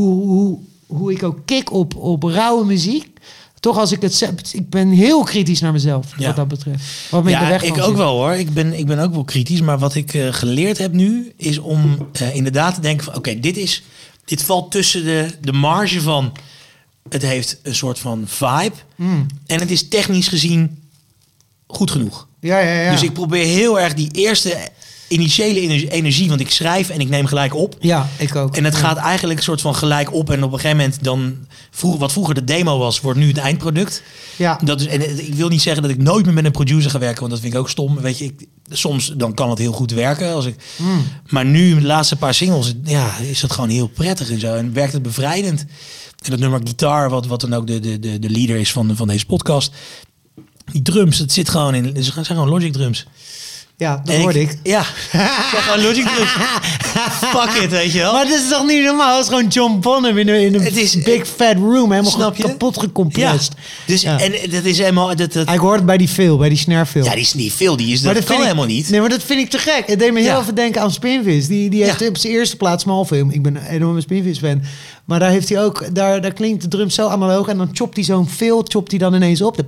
hoe ik ook kick op rauwe muziek... Toch als ik ik ben heel kritisch naar mezelf wat dat betreft. Wat me ik ook wel hoor. Ik ben ook wel kritisch. Maar wat ik geleerd heb nu is om inderdaad te denken van oké, dit valt tussen de marge van het heeft een soort van vibe en het is technisch gezien goed genoeg. Ja. Dus ik probeer heel erg die eerste initiële energie, want ik schrijf en ik neem gelijk op. Ja, ik ook. En het gaat eigenlijk een soort van gelijk op en op een gegeven moment dan wat vroeger de demo was, wordt nu het eindproduct. Ja. Dat is, en ik wil niet zeggen dat ik nooit meer met een producer ga werken, want dat vind ik ook stom. Weet je, soms dan kan het heel goed werken. Maar nu, de laatste paar singles, is het gewoon heel prettig en zo. En werkt het bevrijdend. En dat nummer Guitar, wat dan ook de leader is van deze podcast. Die drums, het zit gewoon in. Het zijn gewoon Logic drums. Ja, dat hoorde ik. Ja, zeg gewoon Logic drums. Fuck it, weet je wel. Maar dat is toch niet normaal? Het is gewoon John Bonham in een big fat room. Helemaal kapot gecompressed. Ja. Dus, en dat is helemaal... Ik hoor het bij die bij die snare fill. Ja, die snare fill, dat kan helemaal niet. Nee, maar dat vind ik te gek. Het deed me heel even denken aan Spinvis. Die heeft op zijn eerste plaats Small Film. Ik ben een enorme Spinvis fan. Maar daar heeft hij ook... Daar klinkt de drum zo analoog. En dan chopt hij zo'n fill, chopt hij dan ineens op.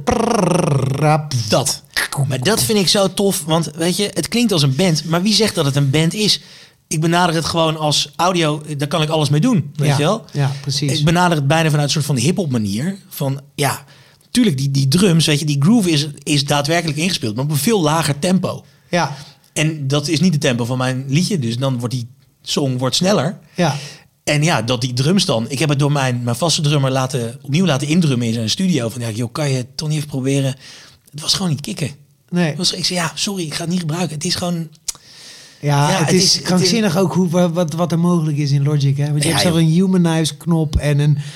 Dat. Maar dat vind ik zo tof. Want weet je, het klinkt als een band. Maar wie zegt dat het een band is? Ik benader het gewoon als audio. Daar kan ik alles mee doen. Weet je wel? Ja, precies. Ik benader het bijna vanuit een soort van hip-hop manier. Van tuurlijk, die drums, weet je, die groove is daadwerkelijk ingespeeld. Maar op een veel lager tempo. Ja. En dat is niet het tempo van mijn liedje. Dus dan wordt die song sneller. Ja. En dat die drums dan... Ik heb het door mijn vaste drummer opnieuw laten indrummen in zijn studio. Van kan je het toch niet even proberen? Het was gewoon niet kicken. Nee. Ik zei, sorry, ik ga het niet gebruiken. Het is gewoon... Ja, het is krankzinnig ook wat er mogelijk is in Logic. Hè? Want je hebt zo'n humanize knop en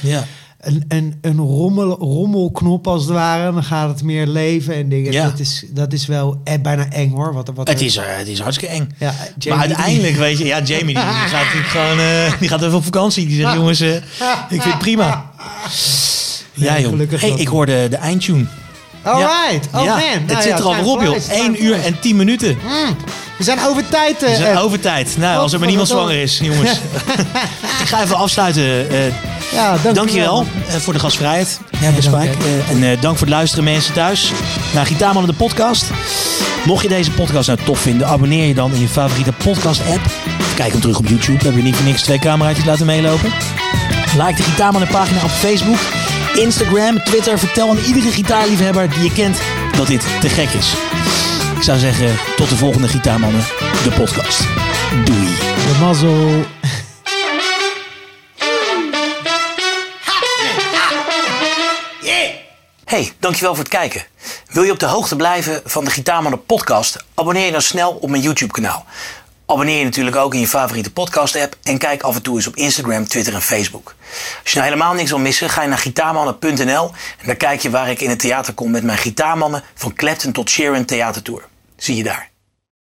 een rommelknop als het ware. Dan gaat het meer leven en dingen. Ja. Dat is wel bijna eng hoor. Het is hartstikke eng. Ja, maar uiteindelijk weet je... Ja, Jamie die gaat gewoon... die gaat even op vakantie. Die zegt, jongens, ik vind het prima. Ja, joh. Hey, ik hoorde de eindtune. Alright. Oh man. Het zit er al weer op, joh. 1 uur en 10 minuten. We zijn over tijd. We zijn over tijd. Nou, als er maar niemand zwanger is, jongens. Ik ga even afsluiten. Dankjewel voor de gastvrijheid. En dank voor het luisteren, mensen thuis. Naar Gitaarmannen de podcast. Mocht je deze podcast nou tof vinden, abonneer je dan in je favoriete podcast-app. Kijk hem terug op YouTube. Heb je niet voor niks 2 cameraatjes laten meelopen. Like de Gitaarmannen pagina op Facebook, Instagram, Twitter. Vertel aan iedere gitaarliefhebber die je kent dat dit te gek is. Ik zou zeggen, tot de volgende Gitaarmannen, de podcast. Doei. De mazzel. Hey, dankjewel voor het kijken. Wil je op de hoogte blijven van de Gitaarmannen podcast? Abonneer je dan snel op mijn YouTube kanaal. Abonneer je natuurlijk ook in je favoriete podcast app. En kijk af en toe eens op Instagram, Twitter en Facebook. Als je nou helemaal niks wil missen, ga je naar gitaarmannen.nl. En daar kijk je waar ik in het theater kom met mijn Gitaarmannen van Clapton tot Sheeran theatertour. Zie je daar.